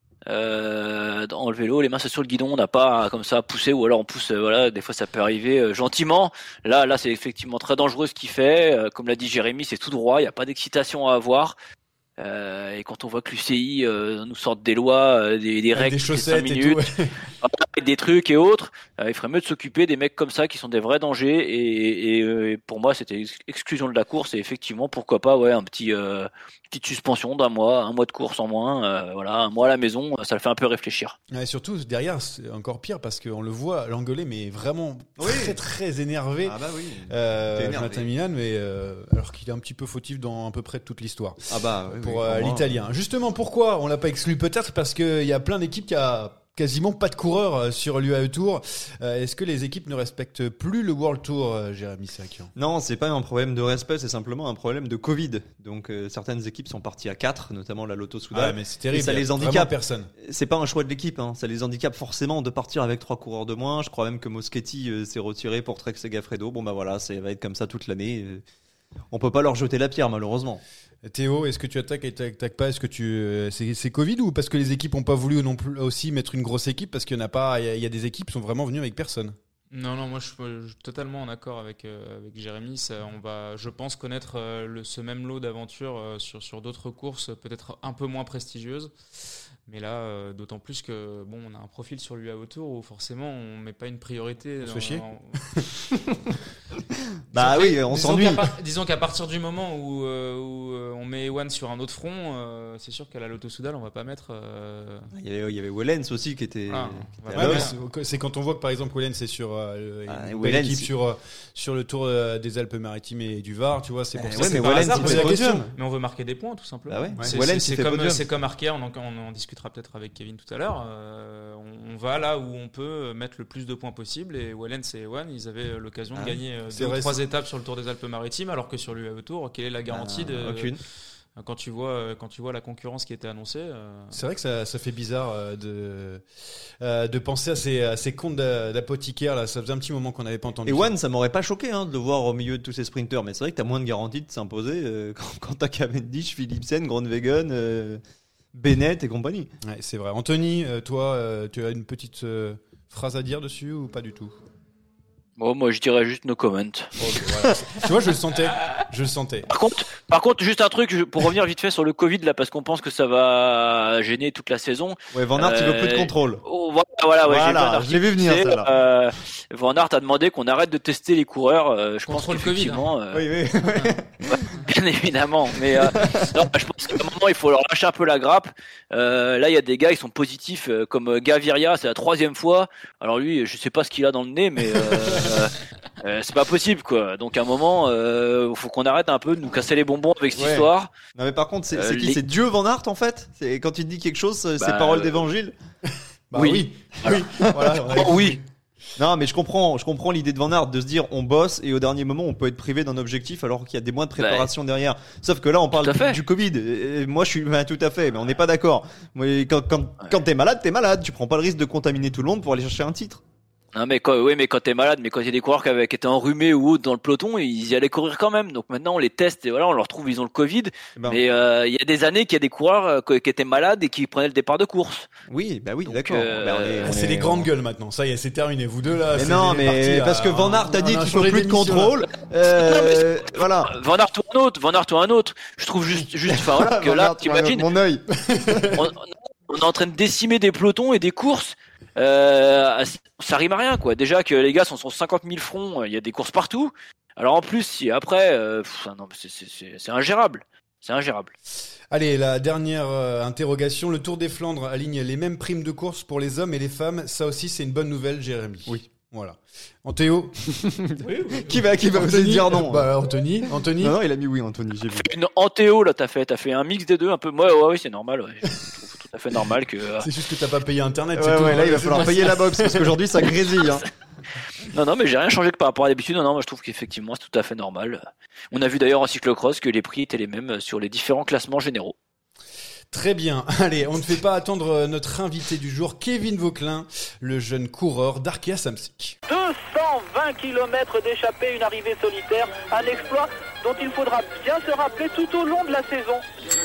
Euh, dans le vélo, les mains c'est sur le guidon, on n'a pas comme ça à pousser, ou alors on pousse, euh, voilà, des fois ça peut arriver euh, gentiment. Là, là, c'est effectivement très dangereux ce qu'il fait. Euh, comme l'a dit Jérémy, c'est tout droit, il n'y a pas d'excitation à avoir. Euh, et quand on voit que l'U C I euh, nous sortent des lois, euh, des, des Avec règles des toutes les cinq chaussettes et minutes, tout. ouais. et des trucs et autres, euh, il ferait mieux de s'occuper des mecs comme ça qui sont des vrais dangers. Et, et, euh, et pour moi, c'était ex- exclusion de la course. Et effectivement, pourquoi pas, ouais, un petit euh, petite suspension d'un mois, un mois de course en moins, euh, voilà, un mois à la maison, ça le fait un peu réfléchir. Ouais, surtout derrière, c'est encore pire parce qu'on le voit l'engueuler, mais vraiment Oui. très très énervé. Ah bah oui. Euh, T'es énervé. Jonathan Milan, mais euh, alors qu'il est un petit peu fautif dans à peu près toute l'histoire. Ah bah oui, Pour oui, euh, pour moi. l'italien. Justement, pourquoi on l'a pas exclu? Peut-être parce qu'il y a plein d'équipes qui a quasiment pas de coureurs euh, sur l'U A E Tour. Euh, Est-ce que les équipes ne respectent plus le World Tour, euh, Jérémy Sakian? Non, c'est pas un problème de respect, c'est simplement un problème de Covid. Donc euh, certaines équipes sont parties à quatre, notamment la Lotto Soudal. Ah, mais c'est terrible. Et ça il y a les vraiment handicape. personne. C'est pas un choix de l'équipe, hein. Ça les handicape forcément de partir avec trois coureurs de moins. Je crois même que Moschetti euh, s'est retiré pour Trek Segafredo. Bon bah voilà, ça va être comme ça toute l'année. Euh, On peut pas leur jeter la pierre malheureusement. Théo, est-ce que tu attaques et t'attaques pas? Est-ce que tu euh, c'est c'est Covid ou parce que les équipes ont pas voulu non plus aussi mettre une grosse équipe parce qu'il y en a pas, il y, a- il y a des équipes qui sont vraiment venues avec personne. Non, non, moi je suis, je suis totalement en accord avec, euh, avec Jérémy. Ça, on va, je pense, connaître euh, le, ce même lot d'aventures euh, sur, sur d'autres courses, peut-être un peu moins prestigieuses. Mais là, euh, d'autant plus que bon, on a un profil sur l'U A E Tour où forcément on met pas une priorité. On se dans- fait chier. en- Bah oui, on disons s'ennuie. Qu'à par- disons qu'à partir du moment où, euh, où euh, on met Ewan sur un autre front, euh, c'est sûr qu'à la Lotto Soudal, on va pas mettre. Euh... Il y avait, il y avait Wellens aussi qui était. Ah, était Ouais, à mais l'os. c'est, c'est quand on voit que par exemple Wellens c'est sur euh, Ah, une Wellens, belle équipe c'est- sur euh, sur le Tour euh, des Alpes-Maritimes et du Var, tu vois, c'est pour Eh ça. ouais, c'est mais par Wellens, hasard, il posez fait la podium. question. Mais on veut marquer des points, tout simplement. Bah ouais. C'est, Wellens, c'est, il c'est fait comme, podium. c'est comme Arkea, on en, on en discutera peut-être avec Kevin tout à l'heure. Euh, on, on va là où on peut mettre le plus de points possible. Et Wellens et Ewan, ils avaient l'occasion Ah, de gagner euh, c'est deux ou vrai, trois c'est- étapes sur le Tour des Alpes-Maritimes, alors que sur l'U A E Tour, quelle est la garantie Ah, de aucune. quand tu vois quand tu vois la concurrence qui était annoncée. Euh... C'est vrai que ça, ça fait bizarre euh, de euh, de penser à ces à ces comptes d'a- d'apothicaire là. Ça faisait un petit moment qu'on n'avait pas entendu. Et ça. One, ça m'aurait pas choqué hein, de le voir au milieu de tous ces sprinteurs, mais c'est vrai que t'as moins de garantie de s'imposer euh, quand, quand t'as Cavendish, Philipsen, Groenewegen, euh, Bennett et compagnie. Ouais, c'est vrai. Anthony, euh, toi, euh, tu as une petite euh, phrase à dire dessus ou pas du tout? Bon, moi, je dirais juste no comment. Ok, voilà. Tu vois, je le sentais. Je le sentais. Par contre, par contre, juste un truc je- pour revenir vite fait sur le Covid là, parce qu'on pense que ça va gêner toute la saison. Ouais, Van Aert, il veut plus de Euh, contrôle. Oh, voilà, voilà, ouais, Voilà, j'ai vu un je article l'ai vu venir, qui disait, celle-là. euh, Van Aert a demandé qu'on arrête de tester les coureurs. Euh, je Contre pense le Covid, qu'effectivement, euh, Oui, oui. bien évidemment. Mais euh, non, je pense qu'à un moment, il faut leur lâcher un peu la grappe. Euh, là, il y a des gars, ils sont positifs, euh, comme euh, Gaviria, c'est la troisième fois. Alors lui, je sais pas ce qu'il a dans le nez, mais euh, euh, c'est pas possible, quoi. Donc à un moment, euh, faut qu'on arrête un peu de nous casser les bonbons avec cette Ouais. histoire. Non mais par contre, c'est, Euh, c'est qui les- C'est Dieu Van Aert en fait. C'est quand il dit quelque chose, c'est Bah, paroles euh, d'évangile. Bah Oui. oui. Oui. Voilà, on avait Oh, oui. Non, mais je comprends, je comprends l'idée de Van Aert de se dire on bosse et au dernier moment on peut être privé d'un objectif alors qu'il y a des mois de préparation derrière. Sauf que là on parle Tout à fait. du Covid. Et et moi je suis ben, tout à fait, mais on n'est pas d'accord. Moi, quand quand, quand t'es malade, t'es malade. Tu prends pas le risque de contaminer tout le monde pour aller chercher un titre. Non mais quand, oui, mais quand t'es malade, mais quand il y a des coureurs qui, avaient, qui étaient enrhumés ou autres dans le peloton, ils y allaient courir quand même. Donc maintenant on les teste et voilà, on leur trouve ils ont le Covid. Ben, Mais euh, il y a des années qu'il y a des coureurs euh, qui étaient malades et qui prenaient le départ de course. Oui, bah oui, Donc, d'accord. euh, Ben, on est- on C'est est- les grandes gueules maintenant. Ça y est, c'est terminé. Vous deux là. Mais c'est non, les mais partis, là. parce que Van Aert a On- dit on a qu'il faut changé plus de d'émission, contrôle. là. Euh, voilà. Van Aert ou un autre, Van Aert ou un autre. Je trouve juste, juste, enfin voilà, que Van là, Aert, t'imagines, mon œil. on, on est en train de décimer des pelotons et des courses. Euh, ça rime à rien, quoi. Déjà que les gars sont sur cinquante mille fronts, il y a des courses partout. Alors en plus, si après, euh, pff, non, c'est, c'est, c'est, c'est ingérable. C'est ingérable. Allez, la dernière euh, interrogation. Le Tour des Flandres aligne les mêmes primes de course pour les hommes et les femmes. Ça aussi, c'est une bonne nouvelle, Jérémy. Oui. Voilà. Antéo. Qui va, qui va oser Anthony, dire non? Bah, Anthony. Anthony. Non, non, il a mis oui, Anthony, j'ai vu. Une Antéo, là, t'as fait, t'as fait un mix des deux, un peu. Ouais, ouais, ouais, c'est normal. Ouais. Je trouve tout à fait normal que. euh, C'est juste que t'as pas payé Internet. Ouais, c'est tout. ouais, là, il va C'est falloir pas payer ça. la box parce qu'aujourd'hui, ça grésille. Hein. Non, non, mais j'ai rien changé que par rapport à d'habitude. Non, non, moi je trouve qu'effectivement c'est tout à fait normal. On a vu d'ailleurs en cyclocross que les prix étaient les mêmes sur les différents classements généraux. Très bien. Allez, on ne fait pas attendre notre invité du jour, Kevin Vauquelin, le jeune coureur d'Arkea Samsic. deux cent vingt kilomètres d'échappée, une arrivée solitaire, un exploit dont il faudra bien se rappeler tout au long de la saison.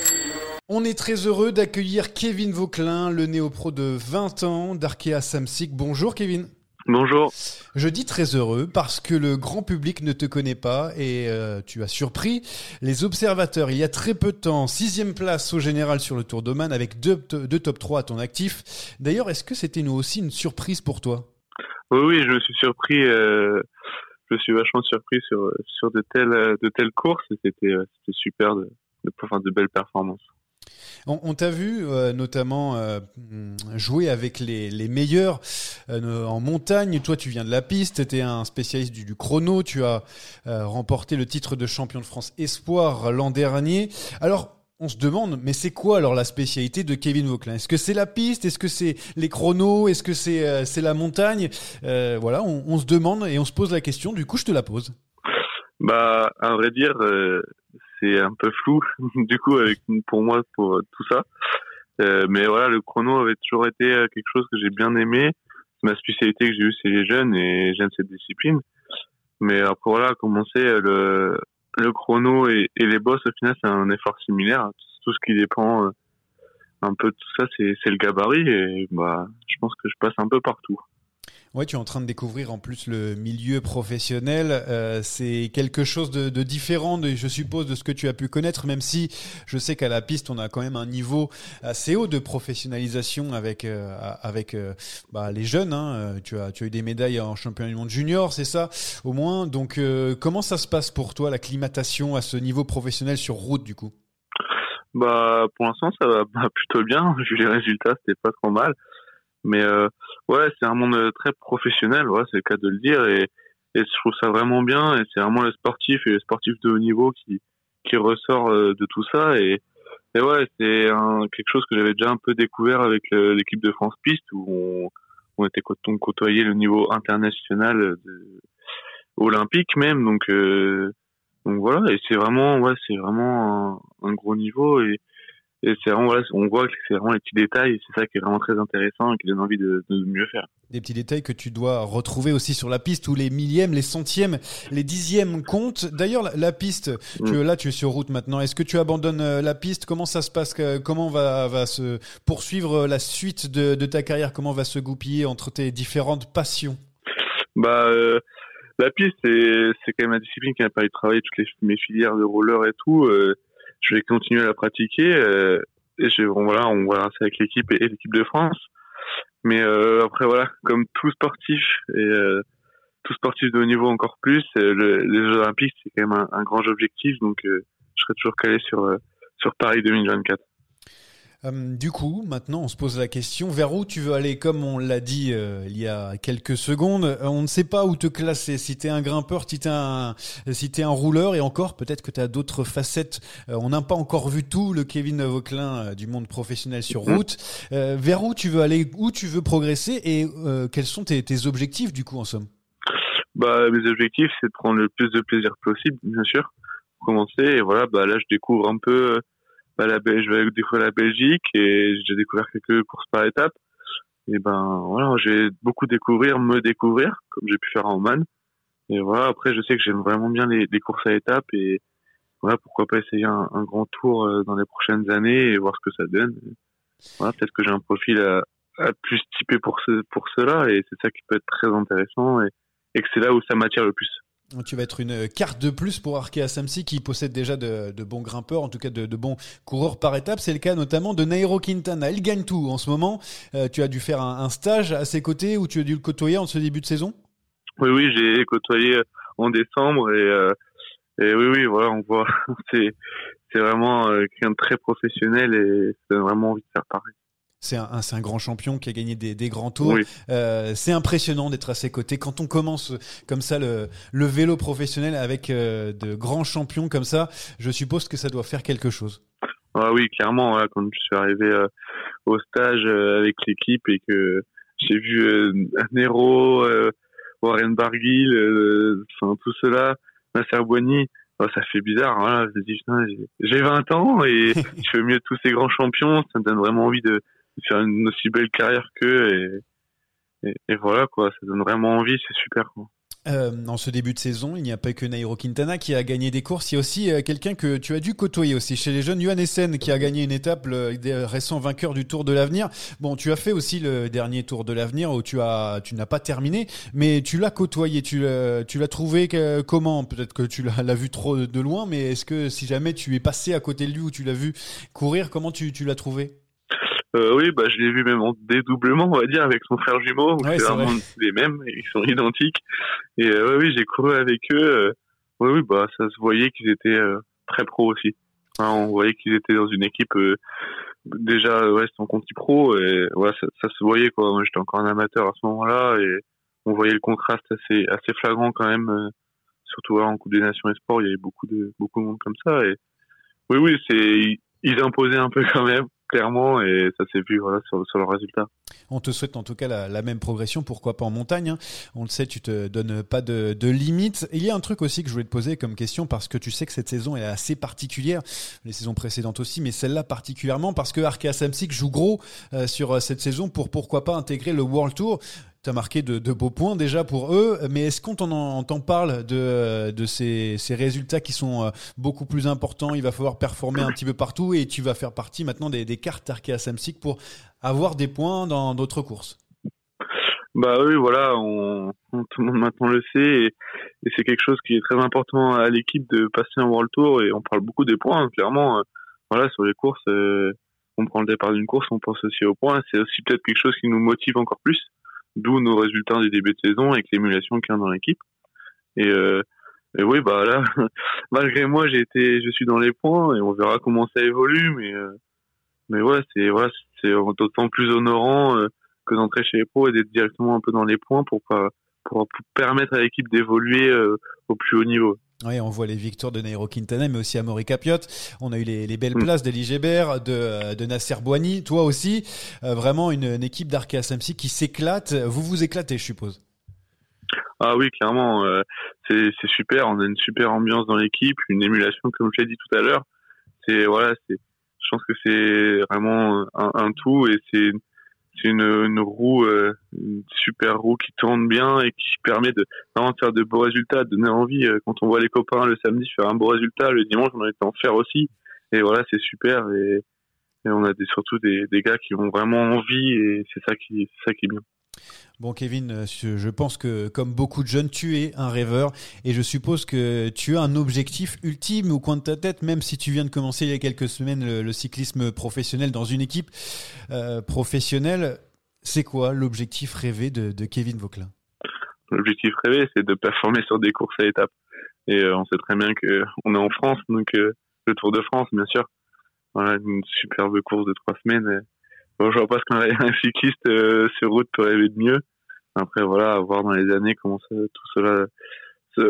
On est très heureux d'accueillir Kevin Vauquelin, le néo-pro de vingt ans d'Arkea Samsic. Bonjour Kevin. Bonjour. Je dis très heureux parce que le grand public ne te connaît pas et euh, tu as surpris les observateurs. Il y a très peu de temps, sixième place au général sur le Tour d'Oman avec deux, deux top trois à ton actif. D'ailleurs, est-ce que c'était nous aussi une surprise pour toi ? Oui, oui, je me suis surpris. Euh, je suis vachement surpris sur sur de telles de telles courses. Et c'était euh, c'était super de de, enfin, de belles performances. On, on t'a vu euh, notamment euh, jouer avec les, les meilleurs euh, en montagne. Toi, tu viens de la piste, tu étais un spécialiste du, du chrono. Tu as euh, remporté le titre de champion de France Espoir l'an dernier. Alors, on se demande, mais c'est quoi alors la spécialité de Kevin Vauquelin ? Est-ce que c'est la piste ? Est-ce que c'est les chronos ? Est-ce que c'est, euh, c'est la montagne ? euh, Voilà, on, on se demande et on se pose la question. Du coup, je te la pose. Bah, à vrai dire, euh, c'est un peu flou du coup avec pour moi pour euh, tout ça. Euh, mais voilà, le chrono avait toujours été euh, quelque chose que j'ai bien aimé. Ma spécialité que j'ai eue, c'est les jeunes et j'aime cette discipline. Mais après voilà, commencer le le chrono et, et les bosses, au final, c'est un effort similaire. Tout ce qui dépend euh, un peu de tout ça, c'est c'est le gabarit et bah, je pense que je passe un peu partout. Ouais, tu es en train de découvrir en plus le milieu professionnel. Euh, c'est quelque chose de, de différent, de, je suppose, de ce que tu as pu connaître, même si je sais qu'à la piste, on a quand même un niveau assez haut de professionnalisation avec euh, avec euh, bah, les jeunes. Hein. Tu as tu as eu des médailles en championnat du monde junior, c'est ça, au moins. Donc, euh, comment ça se passe pour toi, l'acclimatation à ce niveau professionnel sur route, du coup? Bah, pour l'instant, ça va bah, plutôt bien. Vu les résultats, c'était pas trop mal. Mais euh, ouais, c'est un monde très professionnel, ouais, c'est le cas de le dire, et, et je trouve ça vraiment bien. Et c'est vraiment le sportif et le sportif de haut niveau qui qui ressort euh, de tout ça. Et, et ouais, c'est un, quelque chose que j'avais déjà un peu découvert avec le, l'équipe de France Piste, où on, on était on côtoyait le niveau international, de, olympique même. Donc euh, donc voilà, et c'est vraiment ouais, c'est vraiment un, un gros niveau. Et Et c'est vraiment, voilà, on voit que c'est vraiment les petits détails, et c'est ça qui est vraiment très intéressant et qui donne envie de, de mieux faire. Des petits détails que tu dois retrouver aussi sur la piste, où les millièmes, les centièmes, les dixièmes comptent. D'ailleurs, la, la piste, mmh. tu, là, tu es sur route maintenant. Est-ce que tu abandonnes la piste? Comment ça se passe? Comment va, va se poursuivre la suite de, de ta carrière? Comment va se goupiller entre tes différentes passions? Bah, euh, la piste, c'est, c'est quand même la discipline qui m'a permis de travailler toutes les, mes filières de roller et tout. Euh, Je vais continuer à la pratiquer euh, et je, bon, voilà, on va rester avec l'équipe et, et l'équipe de France. Mais euh, après voilà, comme tout sportif et euh, tout sportif de haut niveau encore plus, euh, le, les Jeux Olympiques c'est quand même un, un grand objectif, donc euh, je serai toujours calé sur euh, sur Paris deux mille vingt-quatre. Euh, du coup, maintenant, on se pose la question, vers où tu veux aller? Comme on l'a dit euh, il y a quelques secondes, euh, on ne sait pas où te classer. Si t'es un grimpeur, si t'es un, si t'es un rouleur, et encore, peut-être que t'as d'autres facettes. Euh, on n'a pas encore vu tout le Kevin Vauquelin euh, du monde professionnel sur route. Euh, vers où tu veux aller, où tu veux progresser, et euh, quels sont tes, tes objectifs, du coup, en somme? Bah, mes objectifs, c'est de prendre le plus de plaisir possible, bien sûr, pour commencer. Et voilà, bah là, je découvre un peu... Euh, Bah, la, je vais découvrir la Belgique et j'ai découvert quelques courses par étapes. Et ben voilà, j'ai beaucoup découvrir, me découvrir, comme j'ai pu faire en Oman. Et voilà, après je sais que j'aime vraiment bien les, les courses à étapes et voilà, pourquoi pas essayer un, un grand tour dans les prochaines années et voir ce que ça donne. Et voilà, peut-être que j'ai un profil à, à plus typé pour ce, pour cela et c'est ça qui peut être très intéressant et, et que c'est là où ça m'attire le plus. Tu vas être une carte de plus pour Arkea Samsic qui possède déjà de, de bons grimpeurs, en tout cas de, de bons coureurs par étapes. C'est le cas notamment de Nairo Quintana. Il gagne tout en ce moment. Euh, tu as dû faire un, un stage à ses côtés ou tu as dû le côtoyer en ce début de saison? Oui, oui, j'ai côtoyé en décembre et, euh, et oui, oui, voilà, on voit. c'est, c'est vraiment euh, quelqu'un de très professionnel et ça donne vraiment envie de faire pareil. C'est un, un, c'est un grand champion qui a gagné des, des grands tours. Oui. Euh, c'est impressionnant d'être à ses côtés. Quand on commence comme ça le, le vélo professionnel avec euh, de grands champions comme ça, je suppose que ça doit faire quelque chose. Ah oui, clairement. Voilà, quand je suis arrivé euh, au stage euh, avec l'équipe et que j'ai vu euh, Nero, euh, Warren Barguil, euh, enfin tout cela, Nasser Bouhanni, oh, ça fait bizarre. Voilà, je me dis putain, j'ai, j'ai vingt ans et je fais mieux de tous ces grands champions. Ça me donne vraiment envie de faire une aussi belle carrière qu'eux et, et, et voilà quoi, ça donne vraiment envie, c'est super quoi. Euh, en ce début de saison, il n'y a pas que Nairo Quintana qui a gagné des courses, il y a aussi euh, quelqu'un que tu as dû côtoyer aussi chez les jeunes, Johan Essen, qui a gagné une étape, le récent vainqueur du Tour de l'Avenir. Bon, tu as fait aussi le dernier Tour de l'Avenir où tu as, tu n'as pas terminé, mais tu l'as côtoyé, tu l'as, tu l'as trouvé que, comment? Peut-être que tu l'as, l'as vu trop de loin, mais est-ce que si jamais tu es passé à côté de lui ou tu l'as vu courir, comment tu, tu l'as trouvé? Euh, oui, bah, je l'ai vu même en dédoublement, on va dire, avec son frère jumeau. Ouais, c'est, c'est vraiment vrai. les mêmes, ils sont identiques. Et euh, oui, j'ai couru avec eux. Euh, oui, oui, bah, ça se voyait qu'ils étaient euh, très pros aussi. Enfin, on voyait qu'ils étaient dans une équipe euh, déjà, ouais, c'était en conti pro et ouais, ça, ça se voyait quoi. Moi, j'étais encore un amateur à ce moment-là et on voyait le contraste assez, assez flagrant quand même. Euh, surtout voilà, en Coupe des Nations et Sport, il y avait beaucoup de, beaucoup de monde comme ça. Et oui, oui, c'est, ils imposaient un peu quand même. Clairement, et ça s'est vu voilà, sur, sur le résultat. On te souhaite en tout cas la, la même progression, pourquoi pas en montagne, hein. On le sait, tu te donnes pas de, de limites. Il y a un truc aussi que je voulais te poser comme question, parce que tu sais que cette saison est assez particulière, les saisons précédentes aussi, mais celle-là particulièrement, parce que Arkea Samsic joue gros euh, sur cette saison pour pourquoi pas intégrer le World Tour. Tu as marqué de, de beaux points déjà pour eux, mais est-ce qu'on t'en, on t'en parle de, de ces, ces résultats qui sont beaucoup plus importants? Il va falloir performer un petit peu partout et tu vas faire partie maintenant des, des cartes Arkea Samsic pour avoir des points dans d'autres courses. Bah oui, voilà, on, on, tout le monde maintenant le sait et, et c'est quelque chose qui est très important à l'équipe de passer un World Tour et on parle beaucoup des points, hein, clairement. Euh, voilà, sur les courses, euh, on prend le départ d'une course, on pense aussi aux points. C'est aussi peut-être quelque chose qui nous motive encore plus, d'où nos résultats du début de saison avec l'émulation qu'il y a dans l'équipe. Et, euh, et oui, bah là, malgré moi, j'ai été, je suis dans les points et on verra comment ça évolue, mais euh, mais ouais, c'est voilà, c'est d'autant plus honorant. Euh, que d'entrer chez les pros et d'être directement un peu dans les points pour, pour, pour permettre à l'équipe d'évoluer euh, au plus haut niveau. Oui, on voit les victoires de Nairo Quintana, mais aussi Amaury Capiot. On a eu les, les belles mmh. places d'Elie Gébert, de, de Nasser Bouhanni. Toi aussi, euh, vraiment une, une équipe d'Arkea Samsic qui s'éclate. Vous vous éclatez, je suppose. Ah oui, clairement. Euh, c'est, c'est super. On a une super ambiance dans l'équipe, une émulation, comme je l'ai dit tout à l'heure. C'est, voilà, c'est, je pense que c'est vraiment un, un tout et c'est C'est une, une roue, euh, une super roue qui tourne bien et qui permet de vraiment de faire de beaux résultats, de donner envie. Quand on voit les copains le samedi faire un beau résultat, le dimanche on a été en faire aussi. Et voilà, c'est super. Et, et on a des, surtout des, des gars qui ont vraiment envie et c'est ça qui, c'est ça qui est bien. Bon Kevin, je pense que comme beaucoup de jeunes, tu es un rêveur et je suppose que tu as un objectif ultime au coin de ta tête, même si tu viens de commencer il y a quelques semaines le, le cyclisme professionnel dans une équipe euh, professionnelle. C'est quoi l'objectif rêvé de, de Kevin Vauquelin ? L'objectif rêvé, c'est de performer sur des courses à étapes. Et euh, on sait très bien qu'on est en France, donc euh, le Tour de France, bien sûr. Voilà, une superbe course de trois semaines. Et... Bon, je vois pas ce qu'un un cycliste euh, sur route peut rêver de mieux. Après, voilà, à voir dans les années comment ça, tout cela se,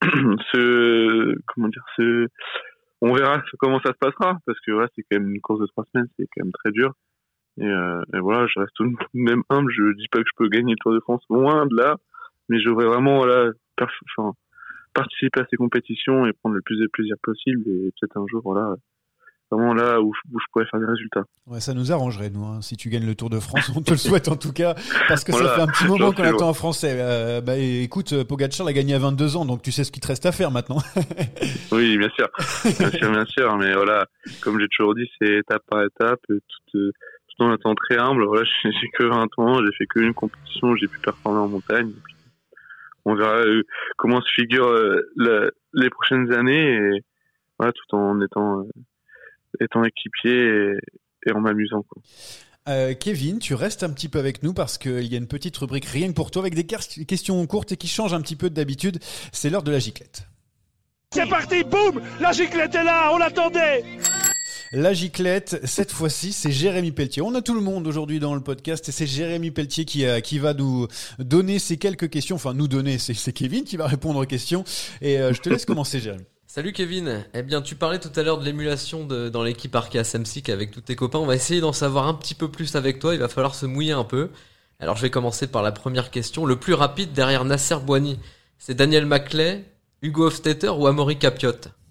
se, comment dire, se, on verra comment ça se passera, parce que ouais, c'est quand même une course de trois semaines, c'est quand même très dur. Et, euh, et voilà, je reste tout de même humble. Je dis pas que je peux gagner le Tour de France, loin de là, mais je voudrais vraiment, voilà, perf- enfin, participer à ces compétitions et prendre le plus de plaisir possible et peut-être un jour, voilà. Vraiment là où, où je pourrais faire des résultats. Ouais, ça nous arrangerait, nous, hein, si tu gagnes le Tour de France. On te le souhaite en tout cas, parce que voilà, ça fait un petit moment qu'on vois. attend un Français. Euh, bah, écoute, Pogacar l'a gagné à vingt-deux ans, donc tu sais ce qu'il te reste à faire maintenant. Oui, bien sûr, bien sûr, bien sûr. Mais voilà, comme j'ai toujours dit, c'est étape par étape, tout, tout en étant très humble. Voilà, j'ai, j'ai que vingt ans, j'ai fait qu'une compétition, où j'ai pu performer en montagne. Et puis, on verra euh, comment se figurent euh, la, les prochaines années, et voilà, tout en étant euh, étant équipier et, et en m'amusant, quoi. Euh, Kevin, tu restes un petit peu avec nous parce qu'il y a une petite rubrique rien que pour toi avec des questions courtes et qui changent un petit peu d'habitude. C'est l'heure de la giclette. C'est parti, boum, la giclette est là, on l'attendait. La giclette, cette fois-ci, c'est Jérémy Pelletier. On a tout le monde aujourd'hui dans le podcast et c'est Jérémy Pelletier qui, euh, qui va nous donner ces quelques questions. Enfin, nous donner, c'est, c'est Kevin qui va répondre aux questions. Et euh, je te laisse commencer, Jérémy. Salut Kevin, eh bien tu parlais tout à l'heure de l'émulation de, dans l'équipe Arkea Samsic avec tous tes copains, on va essayer d'en savoir un petit peu plus avec toi, il va falloir se mouiller un peu. Alors je vais commencer par la première question, le plus rapide derrière Nasser Bouhanni, c'est Daniel Maclay, Hugo Hofstetter ou Amaury Capiot ?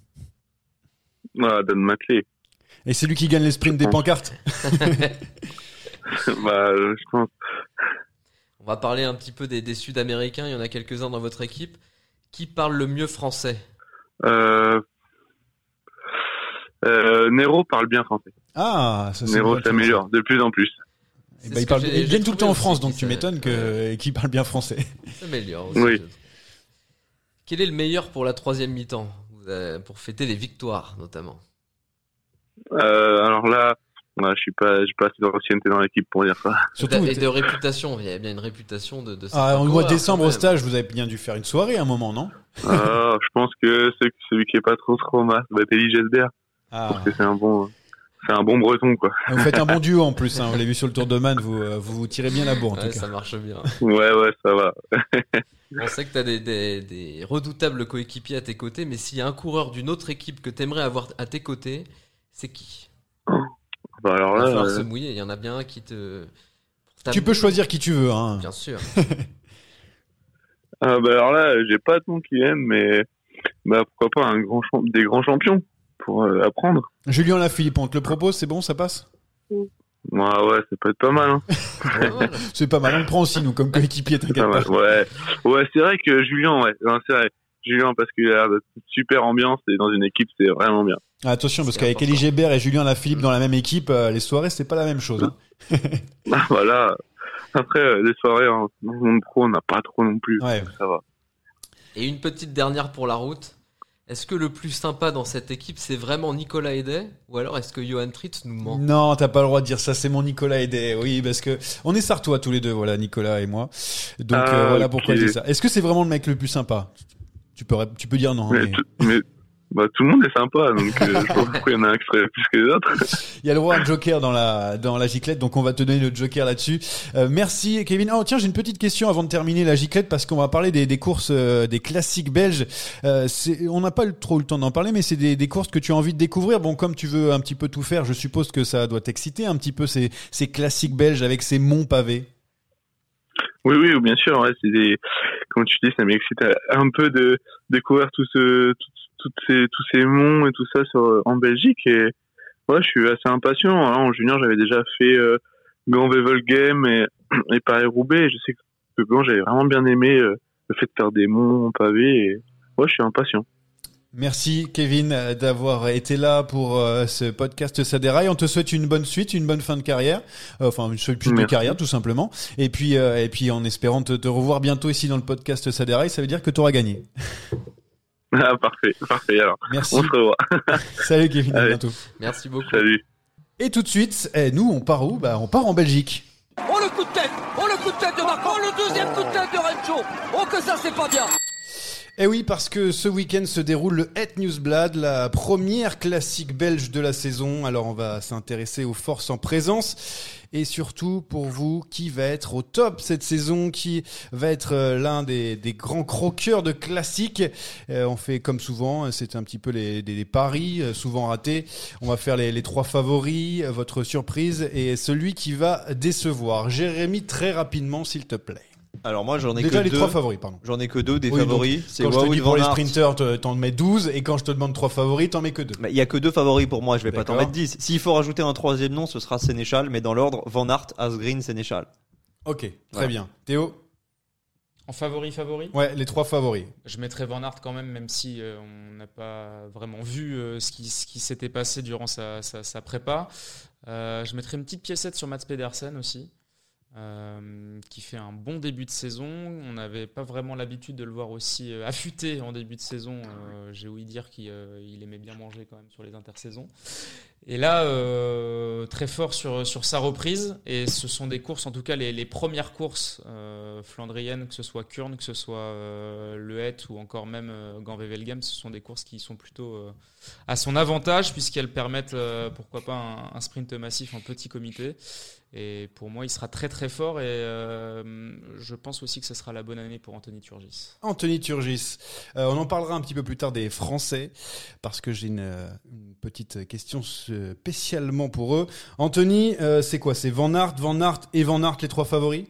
Ah, Dan Maclay. Et c'est lui qui gagne les sprints des pancartes. Bah, je pense. On va parler un petit peu des, des Sud-Américains, il y en a quelques-uns dans votre équipe. Qui parle le mieux français ? Euh, euh, Nero parle bien français. Ah, ça c'est Nero s'améliore de plus en plus. Eh ben, il parle, il vient tout le temps en France, donc tu m'étonnes que, qu'il parle bien français. Il s'améliore aussi. Oui. Quel est le meilleur pour la troisième mi-temps, pour fêter les victoires notamment ? euh, Alors là, ouais, je suis pas, j'ai pas assez d'ancienneté dans l'équipe pour dire ça. Surtout, et de réputation, il y a bien une réputation de. de ah, au mois de décembre au stage, vous avez bien dû faire une soirée à un moment, non ? Ah, je pense que celui, celui qui est pas trop trop mal, va être Elie Gébert. Ah. Parce que c'est un bon, c'est un bon breton, quoi. Vous faites un bon duo en plus, hein. On l'a vu sur le Tour de Man, vous, vous, vous tirez bien la bourre en ouais, tout cas. Ça marche bien. Ouais, ouais, ça va. On sait que t'as des, des, des redoutables coéquipiers à tes côtés, mais s'il y a un coureur d'une autre équipe que t'aimerais avoir à tes côtés, c'est qui ? Bah alors là, il va falloir euh... se mouiller. Il y en a bien un qui te. Tu peux choisir qui tu veux, hein. Bien sûr. ah bah alors là, j'ai pas de nom qui aime, mais bah pourquoi pas un grand champ... des grands champions pour euh, apprendre. Julien Lafilippe, on te le propose, c'est bon, ça passe ? Ouais, ouais, ça peut être pas mal. Hein. C'est pas mal, on le prend aussi nous comme coéquipier, t'inquiète pas. Ouais, ouais, c'est vrai que Julien, ouais, non, c'est vrai. Julien, parce qu'il a une super ambiance et dans une équipe, c'est vraiment bien. Ah, attention, parce c'est qu'avec Elie Gébert et Julien Lafilippe dans la même équipe, euh, les soirées, c'est pas la même chose. Hein. Ah, voilà. Après, euh, les soirées en monde pro, on n'a pas trop non plus. Ouais. Ça va. Et une petite dernière pour la route. Est-ce que le plus sympa dans cette équipe, c'est vraiment Nicolas Edet, ou alors est-ce que Johan Tritz nous ment? Non, t'as pas le droit de dire ça, c'est mon Nicolas Edet. Oui, parce que on est sartois tous les deux, voilà, Nicolas et moi. Donc Ah, euh, voilà ok. pourquoi je dis ça. Est-ce que c'est vraiment le mec le plus sympa? Tu peux, tu peux dire non. Mais, mais- tout, mais bah, tout le monde est sympa, donc euh, je sais pas pourquoi il y en a un qui serait plus que les autres. Il y a le droit à un joker dans la dans la giclette, donc on va te donner le joker là-dessus. Euh, merci Kevin. Oh tiens, j'ai une petite question avant de terminer la giclette parce qu'on va parler des, des courses, euh, des classiques belges. Euh, c'est, on n'a pas eu trop le temps d'en parler, mais c'est des, des courses que tu as envie de découvrir. Bon, comme tu veux un petit peu tout faire, je suppose que ça doit t'exciter un petit peu ces ces classiques belges avec ces monts pavés. Oui, oui, bien sûr. Ouais, c'est des, comme tu dis, ça m'excite un peu de découvrir tout ce, tout, toutes ces, tous ces monts et tout ça sur, en Belgique. Et ouais, je suis assez impatient. Hein. En junior, j'avais déjà fait euh, Gand-Wevelgem et, et Paris-Roubaix. Et je sais que Gand, j'avais vraiment bien aimé euh, le fait de faire des monts pavés. Et ouais, je suis impatient. Merci Kevin euh, d'avoir été là pour euh, ce podcast Ça déraille. On te souhaite une bonne suite, une bonne fin de carrière, euh, enfin une suite de Merci. carrière tout simplement. Et puis euh, et puis en espérant te, te revoir bientôt ici dans le podcast Ça déraille, ça veut dire que tu auras gagné. Ah, parfait, parfait. Alors, Merci. on se revoit. Salut Kevin, à Allez. bientôt. Merci beaucoup. Salut. Et tout de suite, eh, nous on part où? Bah on part en Belgique. Oh le coup de tête, oh le coup de tête de Marco, oh le deuxième coup de tête de Rencho. Oh que ça c'est pas bien. Eh oui, parce que ce week-end se déroule le Het Nieuwsblad, la première classique belge de la saison. Alors on va s'intéresser aux forces en présence et surtout pour vous, qui va être au top cette saison, qui va être euh, l'un des, des grands croqueurs de classiques. Euh, on fait comme souvent, c'est un petit peu les, des, des paris, euh, souvent ratés. On va faire les, les trois favoris, euh, votre surprise et celui qui va décevoir. Jérémy, très rapidement, s'il te plaît. Alors moi j'en ai Déjà que les deux. trois favoris, pardon. J'en ai que deux des Oui, favoris. donc, C'est quand je te Wout dis van pour les Aert. sprinters, te- t'en mets douze, et quand je te demande trois favoris, t'en mets que deux. Bah, il y a que deux favoris pour moi, je vais pas t'en D'accord. mettre dix. S'il faut rajouter un troisième nom, ce sera Sénéchal, mais dans l'ordre Van Aert, Asgreen, Sénéchal. Ok, très Voilà. bien. Théo? En favori, favori Ouais, les trois favoris. Je mettrais Van Aert quand même, même si euh, on n'a pas vraiment vu euh, ce qui, ce qui s'était passé durant sa, sa, sa prépa. Euh, je mettrais une petite piécette sur Mats Pedersen aussi, euh, qui fait un bon début de saison. On n'avait pas vraiment l'habitude de le voir aussi euh, affûté en début de saison. Euh, j'ai ouï dire qu'il euh, il aimait bien manger quand même sur les intersaisons. Et là, euh, très fort sur, sur sa reprise. Et ce sont des courses, en tout cas les, les premières courses euh, flandriennes, que ce soit Kuurne, que ce soit euh, le Het ou encore même euh, Gand-Wevelgem, ce sont des courses qui sont plutôt euh, à son avantage, puisqu'elles permettent, euh, pourquoi pas, un, un sprint massif en petit comité. Et pour moi, il sera très très fort. Et euh, je pense aussi que ce sera la bonne année pour Anthony Turgis. Anthony Turgis. Euh, on en parlera un petit peu plus tard des Français, parce que j'ai une, euh, une petite question spécialement pour eux. Anthony, euh, c'est quoi? C'est Van Aert, Van Aert et Van Aert les trois favoris?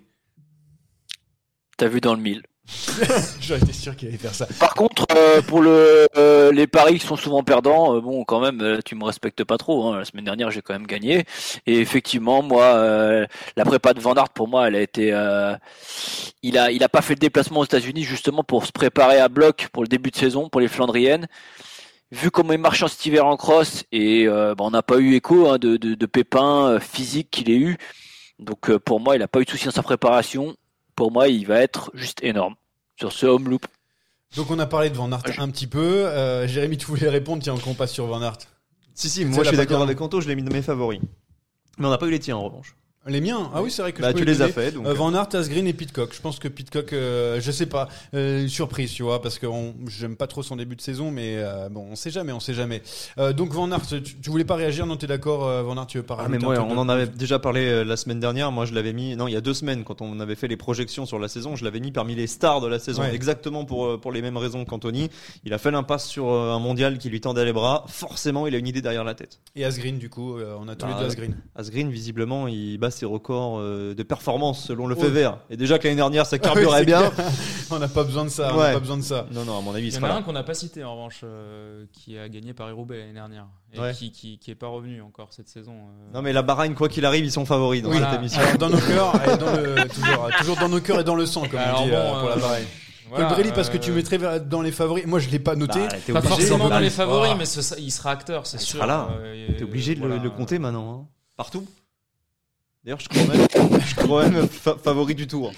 T'as vu dans le mille. J'aurais été sûr qu'il allait faire ça. Par contre, euh, pour le, euh, les paris qui sont souvent perdants, euh, bon, quand même, euh, tu me respectes pas trop. Hein. La semaine dernière, j'ai quand même gagné. Et effectivement, moi, euh, la prépa de Van Aert, pour moi, elle a été. Euh, il a, il a pas fait le déplacement aux États-Unis justement pour se préparer à bloc pour le début de saison, pour les Flandriennes. Vu comment il marche en cet hiver en cross, et euh, bah, on n'a pas eu écho hein, de, de, de pépins euh, physiques qu'il ait eu. Donc euh, pour moi, il n'a pas eu de souci dans sa préparation. Pour moi, il va être juste énorme sur ce home loop. Donc on a parlé de Van Aert un petit peu. Euh, Jérémy, tu voulais répondre, tiens, qu'on passe sur Van Aert. Si, si, moi je suis d'accord avec Anto, je l'ai mis dans mes favoris. Mais on n'a pas eu les tiens en revanche. Les miens? Ah oui, c'est vrai que bah, je peux tu les, les as donner. fait. Donc... Euh, Van Aert, Asgreen et Pidcock. Je pense que Pidcock, euh, je sais pas, euh, surprise, tu vois, parce que on, j'aime pas trop son début de saison, mais euh, bon, on sait jamais, on sait jamais. Euh, donc Van Aert, tu, tu voulais pas réagir? Non, t'es d'accord, euh, Van Aert, tu veux pas Ah, rajouter mais moi, un truc on de- en avait déjà parlé euh, la semaine dernière. Moi, je l'avais mis, non, il y a deux semaines, quand on avait fait les projections sur la saison, je l'avais mis parmi les stars de la saison, Ouais. exactement pour euh, pour les mêmes raisons qu'Anthony. Il a fait l'impasse sur euh, un mondial qui lui tendait les bras. Forcément, il a une idée derrière la tête. Et Asgreen, du coup, euh, on a tous les Bah, deux Asgreen. Asgreen, visiblement, il bat ses records euh, de performance selon le Oh. fait vert. Et déjà que l'année dernière, ça Oui, carburait c'est bien. clair. On n'a pas besoin de ça, on Ouais. n'a pas besoin de ça. Non, non, à mon avis, il Il y en sera a là. un qu'on n'a pas cité en revanche, euh, qui a gagné Paris-Roubaix l'année dernière et Ouais. qui, qui, qui est pas revenu encore cette saison. euh. Non, mais la Bahreïn, quoi qu'il arrive, ils sont favoris dans Oui, cette émission. alors dans nos cœurs, et dans le, toujours, toujours dans nos cœurs et dans le sang, comme Alors on dit bon, euh, pour la euh, Bahreïn. voilà, Colbrelli, parce que euh, tu mettrais vers- dans les favoris. Moi, je l'ai pas noté. Bah, t'es Pas obligé, forcément dans les Oh. favoris, mais ce- il sera acteur, c'est Il sûr. sera là. euh, et- T'es obligé de le- voilà. le compter maintenant. Hein. Partout. D'ailleurs, je crois même, je crois même fa- favori du tour.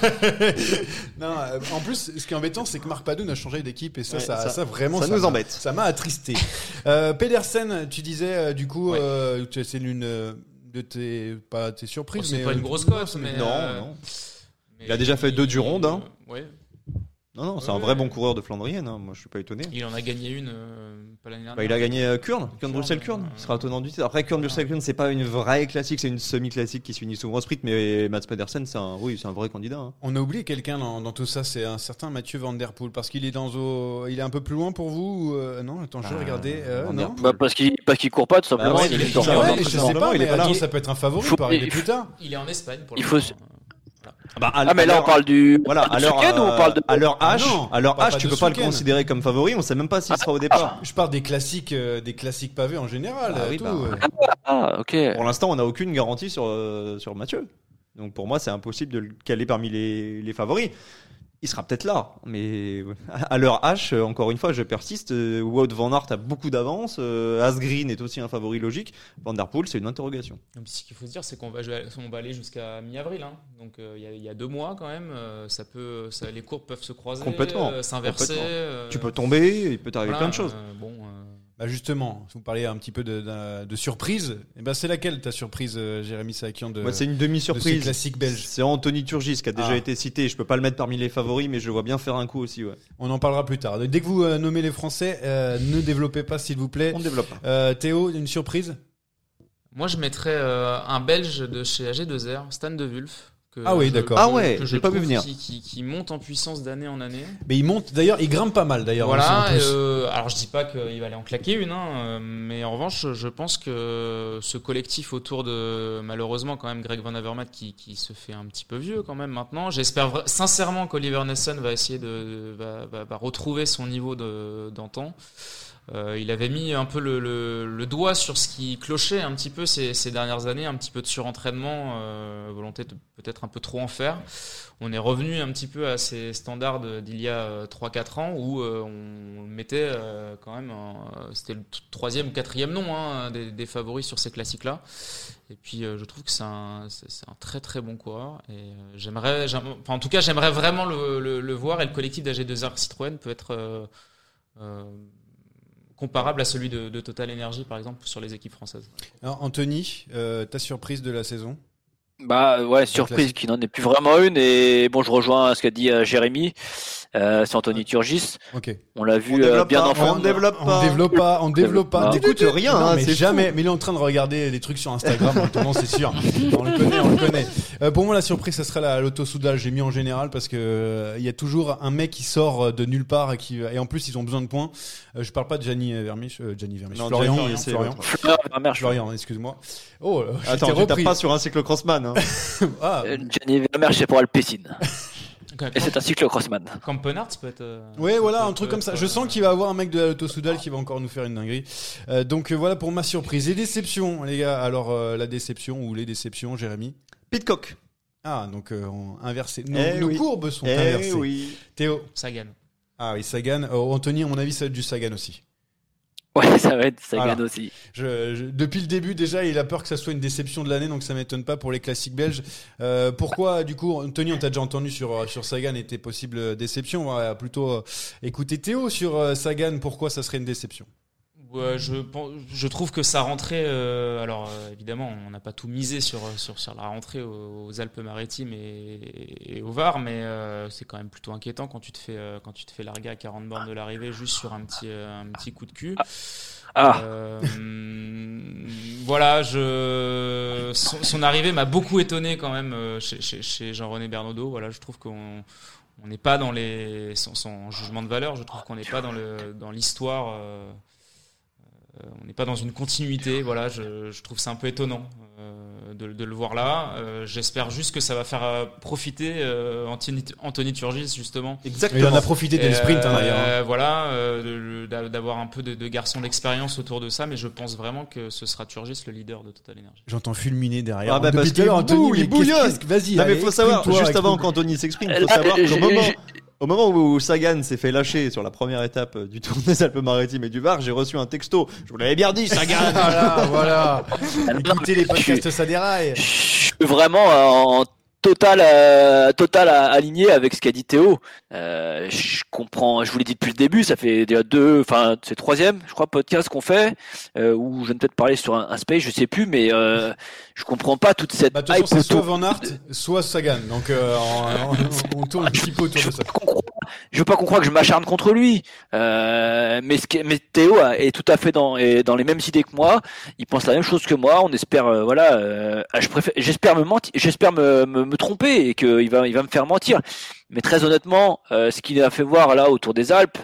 Non, euh, en plus, ce qui est embêtant, c'est que Marc Padoun a changé d'équipe et ça, Ouais, ça, ça, ça- vraiment, ça nous m'a- embête. Ça m'a attristé. euh, Pedersen, tu disais, euh, du coup, Ouais. euh, tu- c'est l'une euh, de tes, pas tes surprises, Oh, c'est mais pas euh, une grosse cote, mais Non, euh, non. mais Il a déjà fait deux du ronde, hein. Ouais. Non, non, c'est Ouais, un vrai ouais. bon coureur de Flandrienne. Hein. Moi, je suis pas étonné. Il en a gagné une, euh, pas l'année dernière. Bah, il a gagné euh, Kurn, Kurn Kurn, Bruxelles Kurn. euh, Il sera tenant du titre. Après, Kurn Bruxelles Kurn, c'est pas une vraie classique, c'est une semi-classique qui se finit souvent au sprint. Mais Mats Pedersen, c'est un, oui, c'est un vrai candidat. Hein. on a oublié quelqu'un dans, dans tout ça, c'est un certain Mathieu Van Der Poel, parce qu'il est dans au, il est un peu plus loin pour vous ou, euh, non, attends, je vais Bah, regarder. Euh, Van Der non. Poel. Bah, parce qu'il parce qu'il court pas tout simplement. Bah ouais, il il est est- dans- il est- Ah ouais, non, mais je sais non, pas, il est mais pas là. attends, ça peut être un favori, Faut- il peut arriver il plus faut- tard. Il est en Espagne pour Il le faut- moment. Bah, à, Ah mais à là on l'heure- parle du. Voilà, à de l'heure, Suken ou on euh, parle de. à l'heure Ah H, non, à l'heure on parle H, pas tu de peux pas le Suken. considérer comme favori. On sait même pas s'il sera au départ. Je parle des classiques, euh, des classiques pavés en général. Ah euh, oui, tout, bah, euh. Ah ok. Pour l'instant, on n'a aucune garantie sur euh, sur Mathieu. Donc pour moi, c'est impossible de le caler parmi les, les favoris. Il sera peut-être là, mais à l'heure H, euh, encore une fois, je persiste. euh, Wout van Aert a beaucoup d'avance. Euh, Asgreen est aussi un favori logique. Van Der Poel, c'est une interrogation. Et puis, ce qu'il faut se dire, c'est qu'on va, jouer- on va aller jusqu'à mi-avril. Hein. Donc, euh, il y, a- il y a deux mois quand même. euh, ça peut, ça, les courbes peuvent se croiser, Complètement. euh, s'inverser. Complètement. euh, Tu peux tomber, il peut t'arriver voilà, plein de choses. euh, bon, euh, Bah justement, vous parliez un petit peu de, de, de surprise. Et ben c'est laquelle ta surprise, euh, Jérémy Sakian de Moi, c'est une de ces demi-surprise. classiques belges. C'est Anthony Turgis qui a déjà Ah. été cité. Je peux pas le mettre parmi les favoris, mais je le vois bien faire un coup aussi. Ouais. On en parlera plus tard. Dès que vous euh, nommez les Français, euh, ne développez pas s'il vous plaît. On ne développe pas. Euh, Théo, une surprise? moi, je mettrais euh, un Belge de chez A G deux R, Stan de Wulf. que Ah oui, je- d'accord. Ah ouais, que j'ai je pas vu trouve venir. Qui, qui, qui monte en puissance d'année en année. Mais il monte. D'ailleurs, il grimpe pas mal. D'ailleurs. Voilà, aussi, en plus. euh, alors je dis pas qu'il va aller en claquer une, hein, euh, mais en revanche, je pense que ce collectif autour de, malheureusement, quand même, Greg Van Avermaet qui, qui se fait un petit peu vieux quand même maintenant. J'espère vra- sincèrement qu'Oliver Nelson va essayer de, va, va- va retrouver son niveau de, d'antan. Euh, il avait mis un peu le, le, le doigt sur ce qui clochait un petit peu ces, ces dernières années, un petit peu de surentraînement, euh, volonté de peut-être un peu trop en faire. On est revenu un petit peu à ces standards de- d'il y a trois quatre ans où euh, on mettait euh, quand même, un- c'était le t- troisième ou quatrième nom hein, des, des favoris sur ces classiques-là. Et puis euh, je trouve que c'est un, c'est, c'est un très très bon coureur. Et euh, j'aimerais, j'aime- enfin, en tout cas, j'aimerais vraiment le, le, le voir. Et le collectif d'A G deux R Citroën peut être euh, euh, comparable à celui de, de Total Energy, par exemple, sur les équipes françaises. Alors, Anthony, euh, ta surprise de la saison? Bah ouais, surprise classique. qui n'en est plus vraiment une. Et bon, je rejoins ce qu'a dit euh, Jérémy. Euh, c'est Anthony Turgis. Ok. On l'a On vu euh, développe bien pas, en on forme. développe On pas. développe pas, on développe pas. Non. T'écoutes rien, Non, hein, mais c'est jamais. fou. Mais il est en train de regarder les trucs sur Instagram. En attendant, c'est sûr. On le connaît, on le connaît. Euh, pour moi, la surprise, ça sera la l'auto-soudage. J'ai mis en général parce que euh, il y a toujours un mec qui sort de nulle part et qui et en plus ils ont besoin de points. Euh, je parle pas de Gianni Vermiche, euh, Gianni Vermiche. Non, Florian, Gianni, c'est Florian. l'autre. Fleur Vermeer, je Florian, excuse-moi. Oh, euh, j'ai Attends, été tu tapes repris. pas sur un cyclocrossman. Hein. Ah, Euh, Gianni Vermeer chez pour Alpecin. Camp- Et c'est un cyclocrossman. Campenard peut être. euh, ouais, voilà, peut- un truc peut comme ça. être, Je euh, sens qu'il va avoir un mec de l'auto-soudal qui va encore nous faire une dinguerie. Euh, donc euh, voilà pour ma surprise. Et déception, les gars. Alors euh, la déception ou les déceptions, Jérémy? Pitcock. Ah, donc euh, on- inversé. Nos, Eh nos oui. courbes sont Eh inversées. oui. Théo. Sagan. Ah oui, Sagan. Euh, Anthony, à mon avis, ça va être du Sagan aussi. Ouais, ça va être Sagan Voilà. aussi. Je, je- depuis le début, déjà, il a peur que ça soit une déception de l'année, donc ça m'étonne pas pour les classiques belges. Euh, pourquoi, du coup, Anthony, on t'a déjà entendu sur sur Sagan et tes possibles déceptions. On va plutôt euh, écouter Théo sur euh, Sagan. Pourquoi ça serait une déception? Ouais, je, pense- je trouve que sa rentrée, euh, alors euh, évidemment, on n'a pas tout misé sur, sur, sur la rentrée aux, aux Alpes-Maritimes et, et au Var, mais euh, c'est quand même plutôt inquiétant quand tu te fais, euh, quand tu te fais larguer à quarante bornes de l'arrivée juste sur un petit, euh, un petit coup de cul. Ah. Euh, voilà, je, son, son arrivée m'a beaucoup étonné quand même euh, chez, chez, chez Jean-René Bernaudot. Voilà, je trouve qu'on on n'est pas dans les, son, son jugement de valeur, je trouve qu'on n'est pas dans, le, dans l'histoire. Euh, Euh, on n'est pas dans une continuité, voilà, je, je trouve ça un peu étonnant euh, de, de le voir là. Euh, j'espère juste que ça va faire euh, profiter euh, Anthony, Anthony Turgis justement. Exactement. Il en a profité dès le sprint, hein, Euh, d'ailleurs. hein. Voilà, euh, de- d'avoir un peu de, de garçons d'expérience autour de ça, mais je pense vraiment que ce sera Turgis le leader de Total Energy. J'entends fulminer derrière. Ah bah Depuis parce tout à l'heure, qu'il Anthony, bouille, mais il qu'est-ce- bouillonne. qu'est-ce que- Vas-y, Non mais allez, faut savoir, exprime-toi, juste avant exprime. qu'Anthony s'exprime, Là, faut savoir j'ai- qu'au moment, j'ai- Au moment où Sagan s'est fait lâcher sur la première étape du Tour des Alpes-Maritimes et du Var, j'ai reçu un texto. Je vous l'avais bien dit, Sagan. Voilà, voilà. Écoutez les podcasts, ça déraille. Je suis vraiment en total, euh, total aligné avec ce qu'a dit Théo. Euh, je comprends, je vous l'ai dit depuis le début, ça fait déjà deux, enfin c'est le troisième, je crois, podcast qu'on fait, euh, où je viens peut-être parler sur un, un space, je sais plus, mais euh, je comprends pas toute cette bah, de toute façon, c'est soit Van Aert, soit Sagan. Donc euh, on, on, on tourne un petit peu autour de ça. Je veux pas qu'on croie que je m'acharne contre lui, euh, mais, ce qui, mais Théo est tout à fait dans, est dans les mêmes idées que moi. Il pense la même chose que moi. On espère, euh, voilà, euh, je préfère, j'espère me mentir, j'espère me, me, me tromper et qu'il va, il va me faire mentir. Mais très honnêtement, euh, ce qu'il a fait voir là autour des Alpes,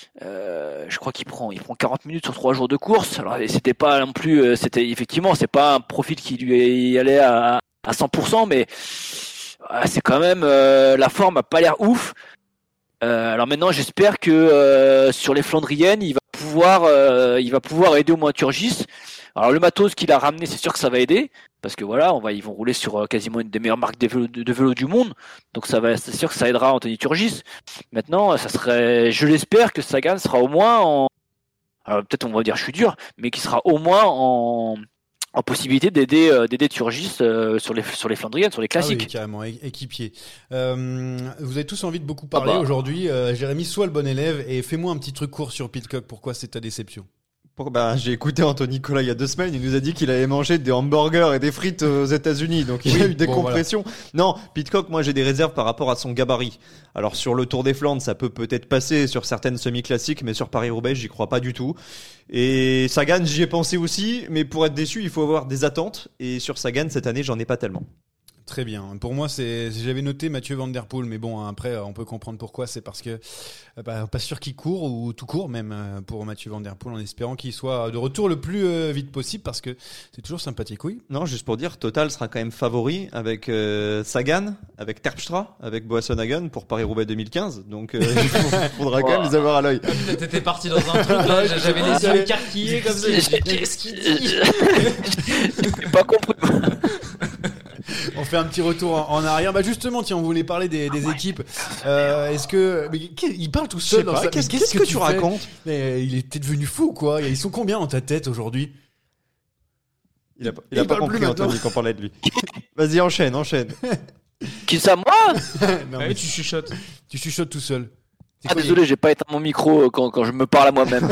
euh, je crois qu'il prend, il prend quarante minutes sur trois jours de course. Alors c'était pas non plus, euh, c'était effectivement, c'est pas un profil qui lui allait à, à cent pour cent, mais euh, c'est quand même euh, la forme a pas l'air ouf. Euh, alors maintenant, j'espère que euh, sur les Flandriennes, il va pouvoir, euh, il va pouvoir aider au moins Turgis. Alors le matos qu'il a ramené, c'est sûr que ça va aider, parce que voilà, on va, ils vont rouler sur euh, quasiment une des meilleures marques de vélo, de, de vélo du monde, donc ça va, c'est sûr que ça aidera Anthony Turgis. Maintenant, ça serait, je l'espère que Sagan sera au moins en, alors peut-être on va dire je suis dur, mais qu'il sera au moins en en possibilité d'aider euh, d'aider Turgis euh, sur les sur les Flandriennes, sur les classiques. Ah oui, carrément é- équipier. Euh, vous avez tous envie de beaucoup parler ah bah. aujourd'hui. Euh, Jérémy, sois le bon élève et fais-moi un petit truc court sur Pidcock. Pourquoi c'est ta déception? Pour, bah, j'ai écouté Anthony Nicolas il y a deux semaines, il nous a dit qu'il avait mangé des hamburgers et des frites aux États-Unis, donc il oui, a eu des bon, compressions. Voilà. Non, Pidcock, moi j'ai des réserves par rapport à son gabarit. Alors sur le Tour des Flandres, ça peut peut-être passer sur certaines semi-classiques, mais sur Paris-Roubaix, j'y crois pas du tout. Et Sagan, j'y ai pensé aussi, mais pour être déçu, il faut avoir des attentes. Et sur Sagan, cette année, j'en ai pas tellement. Très bien. Pour moi, c'est, j'avais noté Mathieu Van Der Poel, mais bon, après, on peut comprendre pourquoi. C'est parce que bah, pas sûr qu'il court ou tout court même pour Mathieu Van Der Poel, en espérant qu'il soit de retour le plus vite possible, parce que c'est toujours sympathique, oui. Non, juste pour dire, Total sera quand même favori avec euh, Sagan, avec Terpstra, avec Boasson-Hagen pour Paris-Roubaix deux mille quinze. Donc, euh, il faudra quand même les avoir à l'œil. T'étais parti dans un truc là, j'avais les yeux écarquillés comme ça. Qu'est-ce qu'il dit? J'ai pas compris. On fait un petit retour en, en arrière. Bah justement, tiens, on voulait parler des, des équipes. Euh, est-ce que mais, il parle tout seul dans pas, sa... Qu'est-ce, qu'est-ce, qu'est-ce que, que tu racontes? Mais il était devenu fou, quoi. Ils sont combien dans ta tête aujourd'hui? Il a, il a il pas compris Anthony qu'on parlait de lui. Vas-y, enchaîne, enchaîne. Qui ça, moi? Non, mais tu chuchotes. Tu chuchotes tout seul. C'est ah, désolé, j'ai pas éteint mon micro quand, quand je me parle à moi-même.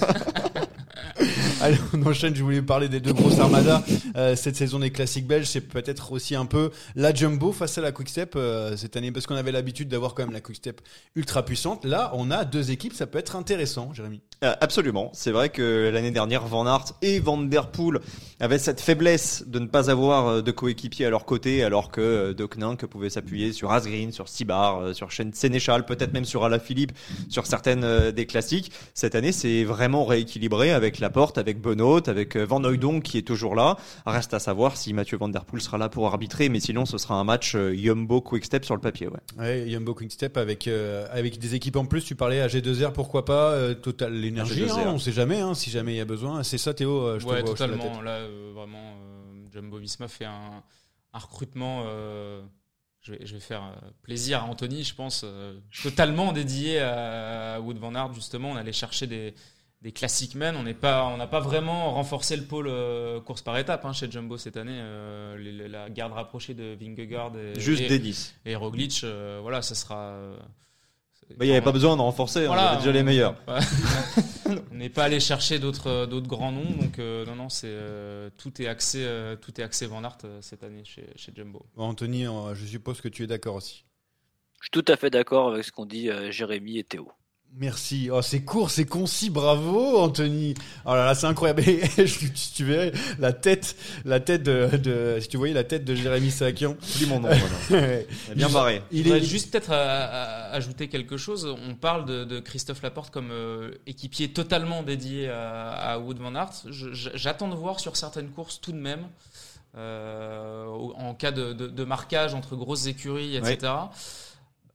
Allez, on enchaîne. Je voulais parler des deux grosses armadas. Euh, cette saison des classiques belges, c'est peut-être aussi un peu la Jumbo face à la Quick-Step euh, cette année, parce qu'on avait l'habitude d'avoir quand même la Quick-Step ultra puissante. Là, on a deux équipes, ça peut être intéressant, Jérémy. Euh, absolument. C'est vrai que l'année dernière, Van Aert et Van Der Poel avaient cette faiblesse de ne pas avoir de coéquipiers à leur côté, alors que euh, De Kninck pouvait s'appuyer sur Asgreen, sur Sibar, euh, sur Sénéchal, peut-être même sur Alaphilippe, sur certaines euh, des classiques. Cette année, c'est vraiment rééquilibré avec Laporte, avec Benoît, avec Van Hooydonk qui est toujours là. Reste à savoir si Mathieu Van Der Poel sera là pour arbitrer, mais sinon ce sera un match euh, Jumbo Quick-Step sur le papier. Ouais, ouais Jumbo Quick-Step avec, euh, avec des équipes en plus. Tu parlais à G deux R, pourquoi pas euh, Total l'énergie, hein, on sait jamais hein, si jamais il y a besoin. C'est ça Théo, euh, je ouais, te vois totalement. la tête. Là, euh, vraiment, euh, Jumbo Visma fait un, un recrutement. Euh, je, vais, je vais faire euh, plaisir à Anthony, je pense, euh, totalement dédié à, à Wout van Aert. Justement, on allait chercher des des classic men. On n'est pas, on n'a pas vraiment renforcé le pôle euh, course par étape hein, chez Jumbo cette année. Euh, les, la garde rapprochée de Vingegaard et, juste et, des dix et Roglic, euh, voilà, ça sera. Euh, bah, il n'y avait pas besoin de renforcer, voilà, on avait déjà on, les meilleurs. On n'est pas allé chercher d'autres, d'autres grands noms, donc euh, non, non, c'est euh, tout est axé, euh, tout est axé Van Aert euh, cette année chez, chez Jumbo. Bon, Anthony, euh, je suppose que tu es d'accord aussi. Je suis tout à fait d'accord avec ce qu'ont dit euh, Jérémy et Théo. Merci. Oh, c'est court, c'est concis. Bravo, Anthony. Oh là là, c'est incroyable. Si tu verrais la tête, la tête de, de, si tu voyais la tête de Jérémy Sakian. Dis mon nom. Il est bien barré. Il est juste peut-être à, à ajouter quelque chose. On parle de, de Christophe Laporte comme euh, équipier totalement dédié à, à Wout van Aert. Je, j'attends de voir sur certaines courses tout de même, euh, en cas de, de, de marquage entre grosses écuries, et cetera. Ouais.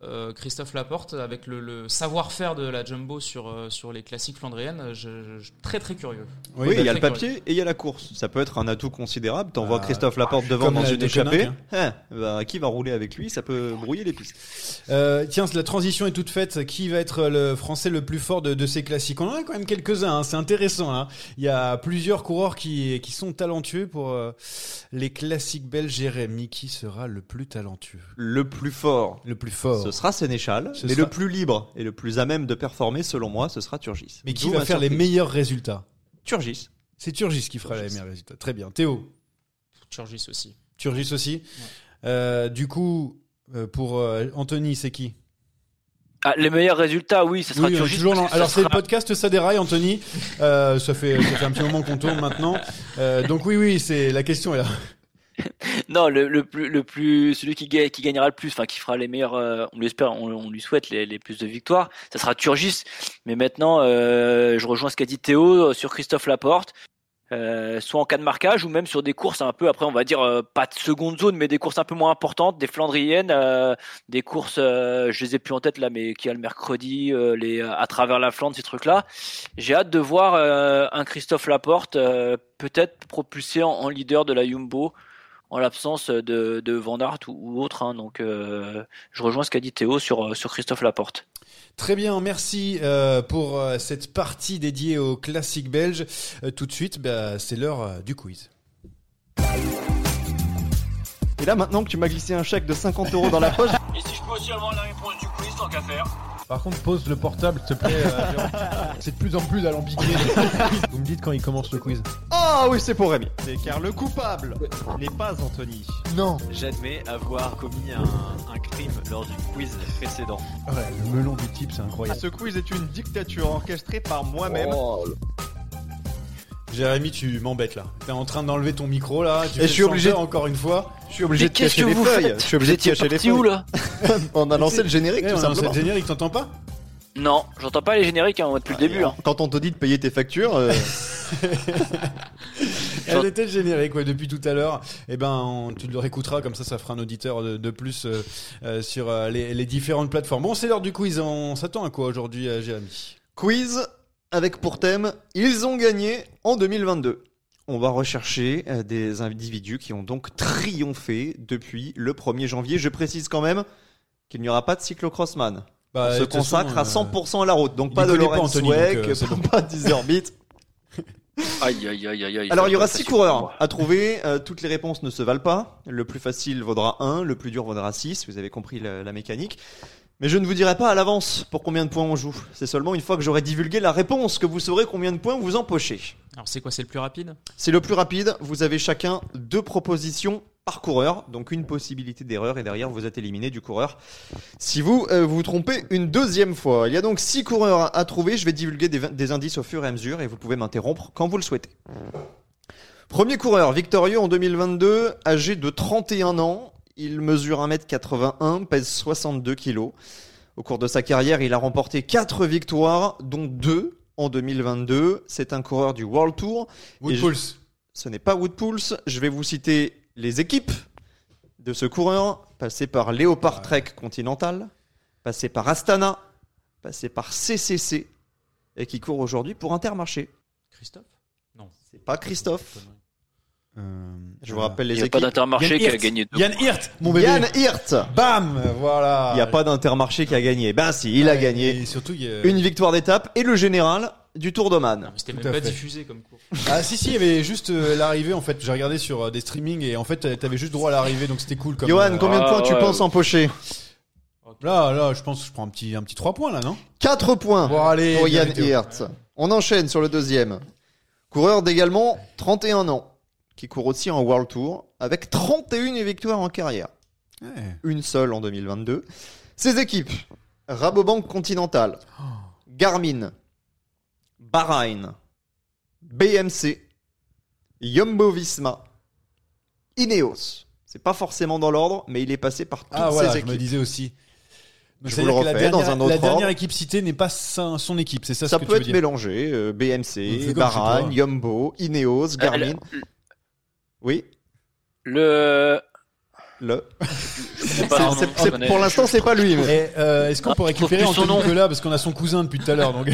euh, Christophe Laporte, avec le, le savoir-faire de la Jumbo sur, euh, sur les classiques flandriennes, je, je, très très curieux. Oui, il y a le papier curieux. Et il y a la course. Ça peut être un atout considérable. T'envoies ah, Christophe Laporte devant dans une échappée. Hein, bah, qui va rouler avec lui? Ça peut brouiller les pistes. Euh, tiens, la transition est toute faite. Qui va être le Français le plus fort de, de ces classiques? On en a quand même quelques-uns. Hein. C'est intéressant. Hein. Il y a plusieurs coureurs qui, qui sont talentueux pour euh, les classiques belges. Jérémy, qui sera le plus talentueux? Le plus fort. Le plus fort. Ce sera Sénéchal. Ce mais sera... le plus libre et le plus à même de performer, selon moi, ce sera Turgis. Mais qui D'où va faire surprise. Les meilleurs résultats? Turgis. C'est Turgis qui fera Turgis. Les meilleurs résultats. Très bien. Théo? Turgis aussi. Turgis aussi. Ouais. Euh, du coup, euh, pour euh, Anthony, c'est qui? Ah, les meilleurs résultats, oui, ce sera oui, Turgis. Toujours Alors, c'est sera... le podcast Ça déraille, Anthony. Euh, ça, fait, ça fait un petit moment qu'on tourne maintenant. Euh, donc, oui, oui, c'est la question est là. Non, le, le plus, le plus, celui qui, qui gagnera le plus, enfin qui fera les meilleurs, euh, on l'espère, on, on lui souhaite les, les plus de victoires, ça sera Turgis. Mais maintenant, euh, je rejoins ce qu'a dit Théo sur Christophe Laporte, euh, soit en cas de marquage ou même sur des courses un peu, après on va dire euh, pas de seconde zone, mais des courses un peu moins importantes, des Flandriennes, euh, des courses, euh, je les ai plus en tête là, mais qui a le mercredi, euh, les à travers la Flandre, ces trucs-là. J'ai hâte de voir euh, un Christophe Laporte euh, peut-être propulsé en, en leader de la Jumbo, en l'absence de, de Van Aert ou, ou autre. Hein. Donc, euh, je rejoins ce qu'a dit Théo sur, sur Christophe Laporte. Très bien, merci euh, pour euh, cette partie dédiée aux classiques belges. Euh, tout de suite, bah, c'est l'heure euh, du quiz. Et là, maintenant que tu m'as glissé un chèque de cinquante euros dans la poche... Et si je peux aussi avoir la réponse du quiz, tant qu'à faire. Par contre, pose le portable, s'il te plaît. Euh, c'est de plus en plus alambiqué. Vous me dites quand il commence le quiz. Ah oh, oui, c'est pour Rémi. C'est car le coupable n'est pas Anthony. Non. J'admets avoir commis un, un crime lors du quiz précédent. Ouais, le melon du type, c'est incroyable. Ce quiz est une dictature orchestrée par moi-même. Oh. Jérémy, tu m'embêtes là. T'es en train d'enlever ton micro là. Tu Et je suis obligé de... encore une fois. Je suis obligé mais de cacher les feuilles. Faites je suis obligé de cacher les feuilles. Où là? On a lancé le générique. Ouais, tout on a simplement. lancé le générique, t'entends pas? Non, j'entends pas les génériques hein, depuis ah, le début. Hein. Quand on te dit de payer tes factures. Euh... Elle était le générique ouais, depuis tout à l'heure. Eh ben, on, tu le réécouteras comme ça, ça fera un auditeur de, de plus euh, euh, sur euh, les, les différentes plateformes. Bon, c'est l'heure du quiz. On s'attend à quoi aujourd'hui, euh, Jérémy? Quiz avec pour thème ils ont gagné en deux mille vingt-deux. On va rechercher euh, des individus qui ont donc triomphé depuis le premier janvier. Je précise quand même qu'il n'y aura pas de cyclocrossman. Bah, on se consacre façon, à cent pour cent à la route. Donc pas de Lorenz Weck, euh, pas de Deezerbit. Aïe, aïe, aïe, aïe, aïe. Alors il y aura six coureurs à trouver. Euh, toutes les réponses ne se valent pas. Le plus facile vaudra un, le plus dur vaudra six. Vous avez compris la, la mécanique. Mais je ne vous dirai pas à l'avance pour combien de points on joue. C'est seulement une fois que j'aurai divulgué la réponse que vous saurez combien de points vous empochez. Alors c'est quoi, c'est le plus rapide? C'est le plus rapide. Vous avez chacun deux propositions par coureur, donc une possibilité d'erreur et derrière vous êtes éliminé du coureur si vous euh, vous trompez une deuxième fois. Il y a donc six coureurs à trouver. Je vais divulguer des, des indices au fur et à mesure et vous pouvez m'interrompre quand vous le souhaitez. Premier coureur victorieux en deux mille vingt-deux, âgé de trente et un ans. Il mesure un mètre quatre-vingt-un, pèse soixante-deux kilos. Au cours de sa carrière, il a remporté quatre victoires, dont deux en deux mille vingt-deux. C'est un coureur du World Tour. Wout Poels. Je... Ce n'est pas Wout Poels. Je vais vous citer les équipes de ce coureur, passé par Léopard ouais. Trek Continental, passé par Astana, passé par C C C, et qui court aujourd'hui pour Intermarché. Christophe? Non. C'est pas Christophe. Euh, je vous rappelle les équipes. Il n'y a pas d'Intermarché qui a gagné deux. Yann Hirt, mon bébé. Yann Hirt. Bam, voilà. Il n'y a pas d'Intermarché qui a gagné. Ben si, il ouais, a gagné. Et surtout, il y a... une victoire d'étape et le général du Tour d'Oman. Non, mais c'était même pas fait. Diffusé comme cours. Ah si si, il y avait juste euh, l'arrivée en fait. J'ai regardé sur euh, des streamings et en fait t'avais juste droit à l'arrivée, donc c'était cool. Comme, Johan, euh... combien de points ah, tu ouais. penses empocher? Là là, je pense que je prends un petit un petit trois points là, non? quatre points bon, allez, pour Yann Hirt. On enchaîne sur le deuxième. Coureur d'également trente et un ans, qui court aussi en World Tour, avec trente et une victoires en carrière. Ouais. Une seule en deux mille vingt-deux. Ses équipes, Rabobank Continental, oh. Garmin, Bahreïn, B M C, Jumbo-Visma, Ineos. C'est pas forcément dans l'ordre, mais il est passé par toutes ah, ces voilà, équipes. Je me disais aussi. Donc je vous le refais la dernière, dans un autre La dernière ordre. équipe citée n'est pas sa, son équipe, c'est ça, ça ce que peut tu veux être dire. mélangé, euh, B M C, Bahreïn, Jumbo, Ineos, Garmin. Euh, le... Oui. Le... Le. C'est pas son nom, C'est- je c'est- connais. pour l'instant, c'est pas lui. mais- Et, euh, est-ce qu'on Ah, peut je trouve récupérer plus son Anthony nom. Nicolas parce qu'on a son cousin depuis tout à l'heure donc.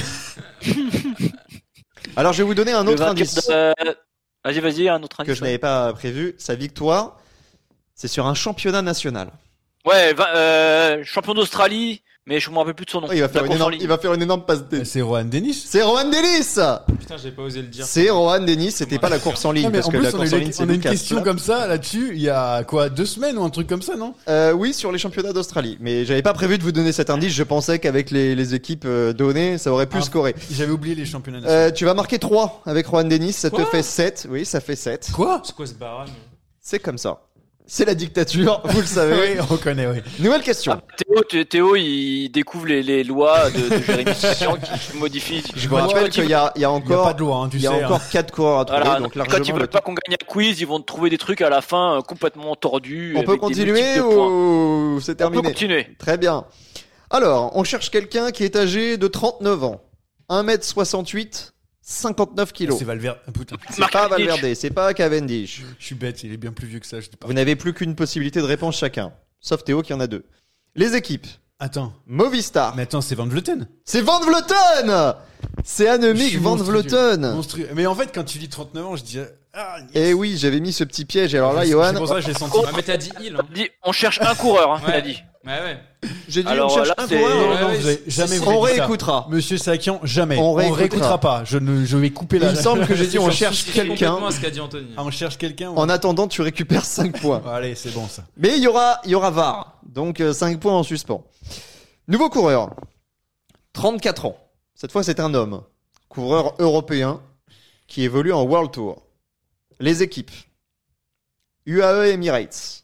Alors, je vais vous donner un Le autre vainqueur indice de- euh, Vas-y, vas-y, un autre que indice. je n'avais pas prévu. Sa victoire, c'est sur un championnat national. Ouais, va- euh, champion d'Australie, mais je me rappelle plus de son nom. Oh, il, va faire La une course en énorme, ligne. il va faire une énorme passe D. C'est Rohan Dennis. C'est Rohan Dennis. Putain, j'ai pas osé le dire. C'est Rohan Dennis. C'était pas la course en ligne Ah, mais parce en que plus, la on a, course eu en les- ligne, c'est on a une Lucas. question comme ça là-dessus. Il y a quoi, deux semaines ou un truc comme ça, non? Euh, oui, sur les championnats d'Australie. Mais j'avais pas prévu de vous donner cet indice. Je pensais qu'avec les, les équipes euh, données, ça aurait pu Ah, scorer. J'avais oublié les championnats nationaux. Euh, tu vas marquer trois avec Rohan Dennis. Ça te Quoi fait sept. Oui, ça fait sept. Quoi? C'est quoi ce barrage? C'est comme ça. C'est la dictature, vous le savez. Oui, on connaît, oui. Nouvelle question. Ah, Théo, Théo, Théo, il découvre les, les lois de, de Jérémy Sakian qui modifient. Je vous rappelle qu'il y a, il y a Il y a encore, pas de loi, hein, tu il y a sais. encore hein. quatre coureurs à trouver, Voilà, donc quand largement ils le veulent temps. pas qu'on gagne un quiz, ils vont trouver des trucs à la fin euh, complètement tordus. On avec peut des continuer multiples de points. ou c'est On peut terminé? continuer. Très bien. Alors, on cherche quelqu'un qui est âgé de trente-neuf ans, un mètre soixante-huit, cinquante-neuf kilos. C'est Valverde. Ah, putain. C'est Mark pas Cavendish. Valverde, c'est pas Cavendish. Je suis bête, il est bien plus vieux que ça. Je sais pas. Vous n'avez plus qu'une possibilité de réponse chacun, sauf Théo qui en a deux. Les équipes. Attends. Movistar. Mais attends, c'est Van Vleuten. C'est Van Vleuten. C'est Je Annemiek suis Van monstrueux. Vleuten. Monstrueux. Mais en fait, quand tu dis trente-neuf ans, je dis. Ah, yes. Eh oui, j'avais mis ce petit piège. Et alors là, C'est Johan, pour ça que j'ai senti. Ah, mais t'as dit il. Hein. Dit, on cherche un coureur, hein, Ouais. t'as dit. Ouais, ouais. j'ai dit Alors, on cherche là, un c'est- coureur. Non, Ouais, non, ouais, vous avez c'est- jamais c'est- vous On avez dit ça. réécoutera. Monsieur Sakian, jamais. On On réécoutera. réécoutera pas. Je ne, je vais couper la. Il me semble que j'ai dit on Je cherche souscris quelqu'un. complètement à ce qu'a dit Anthony. Ah, on cherche quelqu'un. ou- En attendant, tu récupères cinq points. Allez, c'est bon ça. Mais il y aura, il y aura V A R. Donc euh, cinq points en suspens. Nouveau coureur. trente-quatre ans. Cette fois, c'est un homme. Coureur européen qui évolue en World Tour. Les équipes. U A E Emirates.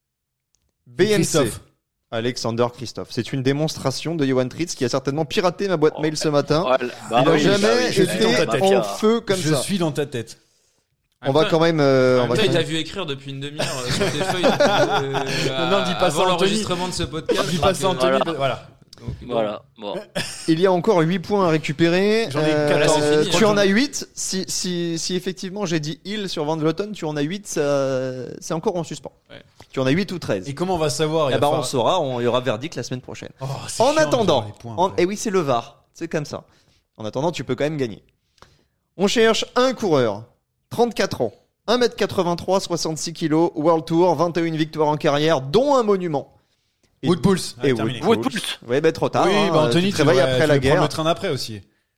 B M C. Christophe. Alexander Christophe. C'est une démonstration de Johan Tritz qui a certainement piraté ma boîte mail ce matin. Ouais, bah il n'a oui, jamais bah oui, je suis dans ta été tête. en feu comme je ça. suis dans ta tête. On va quand même. euh, on va Toi, quand il t'a même- vu écrire depuis une demi-heure euh, sur tes feuilles. euh, Non, dis pas ça, avant Anthony. l'enregistrement de ce podcast. Dis pas ça, Anthony. Voilà. Voilà. Donc, bon. Voilà. Bon. Il y a encore huit points à récupérer. J'en ai Euh, quatorze. Là, c'est fini, tu hein. en as huit. Si, si, si effectivement j'ai dit il sur Van Vleuten, tu en as huit. ça- C'est encore en suspens. Ouais. Tu en as huit ou treize. Et comment on va savoir il Eh va ben, on falloir- saura, on- il y aura verdict la semaine prochaine. Oh, c'est En chiant de attendant, voir les points, en- après. et oui, c'est le V A R. C'est comme ça. En attendant, tu peux quand même gagner. On cherche un coureur, trente-quatre ans, un mètre quatre-vingt-trois, soixante-six kilos, World Tour, vingt et une victoires en carrière, dont un monument. Et- Wood Pulse. Et Ah, terminé. Wood Pulse. Oui, ben trop tard. Oui, hein, bah Anthony, tu te réveilles devrais- après tu la vas prendre guerre. le train d'après aussi.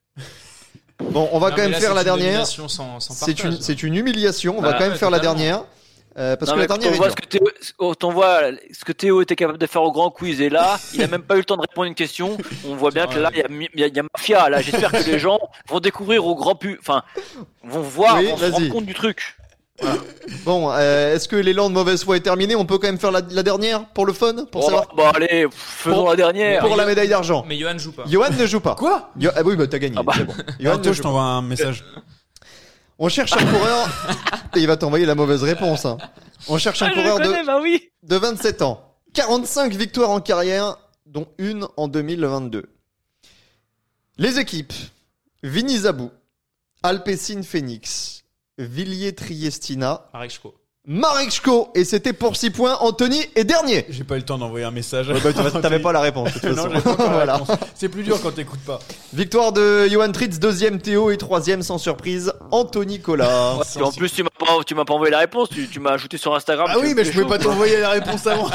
Bon, on va Non, quand mais même là, faire c'est la une dernière. domination sans- sans C'est partage, une, là. c'est une humiliation. On va Bah, quand même ouais, faire la totalement. dernière. euh, parce Non, que la mais dernière quand on est voit dure. ce que Théo, quand on voit ce que Théo était capable de faire au grand quiz et là, il a même pas eu le temps de répondre à une question. On voit bien que là, il y a, mi- il y a- il y a mafia. Là, j'espère que les gens vont découvrir au grand pu, enfin, vont voir, Oui, vont se vas-y. rendre compte du truc. Bon, euh, est-ce que l'élan de mauvaise foi est terminé? On peut quand même faire la, la dernière pour le fun, pour Bon, savoir. bon, allez, faisons Pour- la dernière. Pour la médaille d'argent. Mais Johan joue pas. Johan ne joue pas. Quoi? Yo- ah oui, bah t'as gagné. Ah bah. c'est bon. Johan ne Anto, joue je pas. t'envoie un message. On cherche un coureur. Et il va t'envoyer la mauvaise réponse. hein. On cherche un Ah, je le coureur connais, de, bah oui. de vingt-sept ans. quarante-cinq victoires en carrière, dont une en deux mille vingt-deux. Les équipes. Vini Zabou, Alpecin Phoenix, Villiers Triestina, Marek Schko. Marek Schko. Et c'était pour six points. Anthony est dernier. J'ai pas eu le temps d'envoyer un message. Ouais, bah, tu vas- t'avais pas la réponse. De toute Non, façon. j'avais pas encore la Voilà. réponse. C'est plus dur quand t'écoutes pas. Victoire de Johan Tritz, deuxième Théo et troisième sans surprise Anthony Collat. Ouais, puis en plus, tu m'as pas, tu m'as pas envoyé la réponse. Tu, tu m'as ajouté sur Instagram. Ah tu oui, veux mais que je je pouvais pas chauffe. t'envoyer la réponse avant.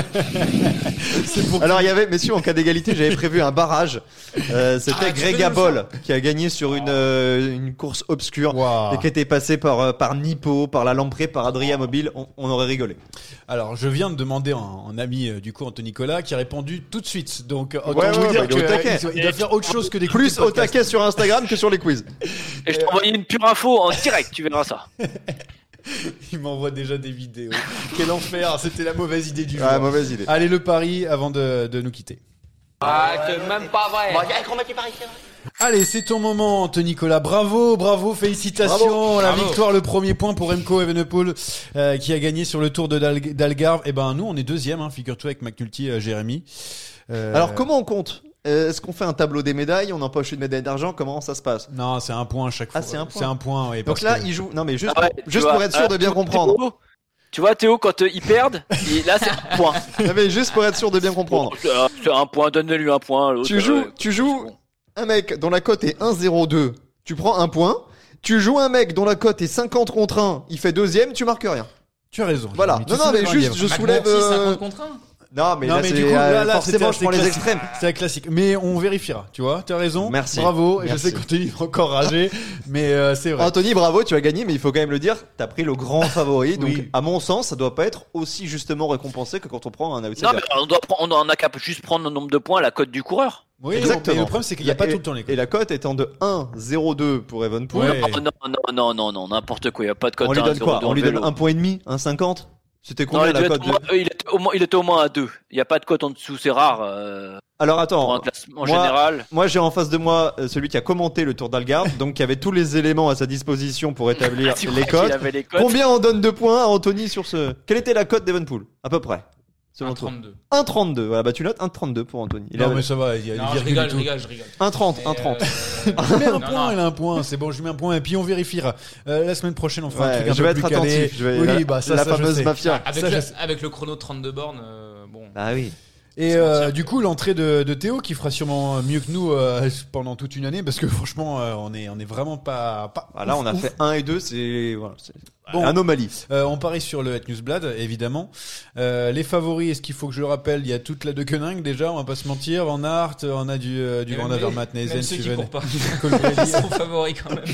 C'est pour Alors il y avait, messieurs, en cas d'égalité, j'avais prévu un barrage. Euh, C'était Ah, tu Greg peux nous le Abol qui a gagné sur une, euh, une course obscure Waouh. et qui était passé par, euh, par Nippo, par la Lamprey, par Adria Mobile. On, on aurait rigolé. Alors, je viens de demander en, en ami euh, du coup Anthony Nicolas qui a répondu tout de suite. Donc, euh, Ouais, autant vous ouais, dire bah, il est au que, taquet. euh, il, il doit faire autre chose que des Plus au taquet sur Instagram que sur les quiz. Et je t'ai envoyé une pure info en direct. Tu verras ça. Il m'envoie déjà des vidéos. Quel enfer, c'était la mauvaise idée du jour. Ah, mauvaise idée. Allez, le pari avant de, de nous quitter. Ah, c'est même pas vrai. Allez, c'est ton moment, Anthony Nicolas. Bravo, bravo, félicitations. Bravo. La Bravo. victoire, le premier point pour Remco Evenepoel euh, qui a gagné sur le Tour de Dal- d'Algarve. Et ben nous, on est deuxième, hein, figure-toi, avec McNulty, euh, Jérémy. Euh, Alors comment on compte? Euh, Est-ce qu'on fait un tableau des médailles? On empoche une médaille d'argent? Comment ça se passe? Non, c'est un point à chaque fois. Ah, c'est un point. C'est un point, oui. Donc parce là, que- il joue. Non, mais juste, Ah ouais, pour, tu juste vois, pour être sûr euh, de bien Théo, comprendre. Tu vois, Théo, quand euh, ils perdent, il- là, c'est un point. Non, mais juste pour être sûr de bien comprendre. C'est un- c'est un point, donne-lui un point. l'autre, Tu joues, euh, tu joues un mec dont la cote est un zéro deux, tu prends un point. Tu joues un mec dont la cote est cinquante contre un, il fait deuxième, tu marques rien. Tu as raison. Voilà. Jérémy, tu Non, non, mais soulèves un juste, lièvre. je soulève. Maxi, euh, cinquante contre un. Non, mais non, là, mais c'est du coup, là, là, forcément, c'était- je prends c'est les classique. extrêmes. C'est un classique. Mais on vérifiera, tu vois. Tu as raison. Merci. Bravo. Et je Merci. sais qu'Anthony va encore rager, mais euh, c'est vrai. Anthony, bravo, tu as gagné, mais il faut quand même le dire, t'as pris le grand favori. Donc, Oui. à mon sens, ça doit pas être aussi justement récompensé que quand on prend un outsider. Non, mais on, doit prendre- on en a qu'à juste prendre le nombre de points à la cote du coureur. Oui, Exactement. mais le problème, c'est qu'il n'y a pas Et- tout le temps les codes. Et la cote étant de un zéro deux pour Evenpool, Ouais. Oh, non, non, non, non, non, n'importe quoi. Il n'y a pas de cote on lui à donne un zéro quoi deux On en lui donne vélo. un point et demi, un cinquante. C'était Non, combien il, la était cote au de... moins, euh, il, était au moins, il était au moins à deux. Il n'y a pas de cote en dessous, c'est rare. Euh, Alors pour attends, un classement en moi, général. moi j'ai en face de moi euh, celui qui a commenté le Tour d'Algarve, donc qui avait tous les éléments à sa disposition pour établir Tu les crois qu'il cotes. avait les cotes Combien on donne de points à Anthony sur ce... Quelle était la cote d'Evenpool à peu près selon un toi trente-deux. un trente-deux. Voilà, bah tu notes un trente-deux pour Anthony. Il Non, a mais ça va, il y a Non, des je virgules et rigole, je tout. rigole, je rigole. un trente, Mais, un trente. euh, Il met un non, point, non. il a un point, c'est bon, je mets un point et puis on vérifiera. Euh, la semaine prochaine, on fera un Ouais, truc un je peu vais plus être calé. attentif. Je vais... Oui, la, bah ça, la ça, je fameuse sais. mafia. Avec, Ça, le, je- avec le chrono de trente-deux bornes, euh, bon. Ah oui. Et euh, du coup, l'entrée de, de Théo qui fera sûrement mieux que nous euh, pendant toute une année parce que franchement, euh, on est on est vraiment pas. pas Ah, là, ouf, on a ouf. fait un et deux, c'est voilà, c'est Bon. anomalie. Euh, on parie sur le Het Newsblad, évidemment. Euh, les favoris, est-ce qu'il faut que je le rappelle? Il y a toute la de Koenig déjà, on va pas se mentir. Van Aert, on a du, euh, du Et Van même Avermaet, les- Nezen, même ceux qui Suven, courent pas. Colbrelli. Ils sont favoris quand même.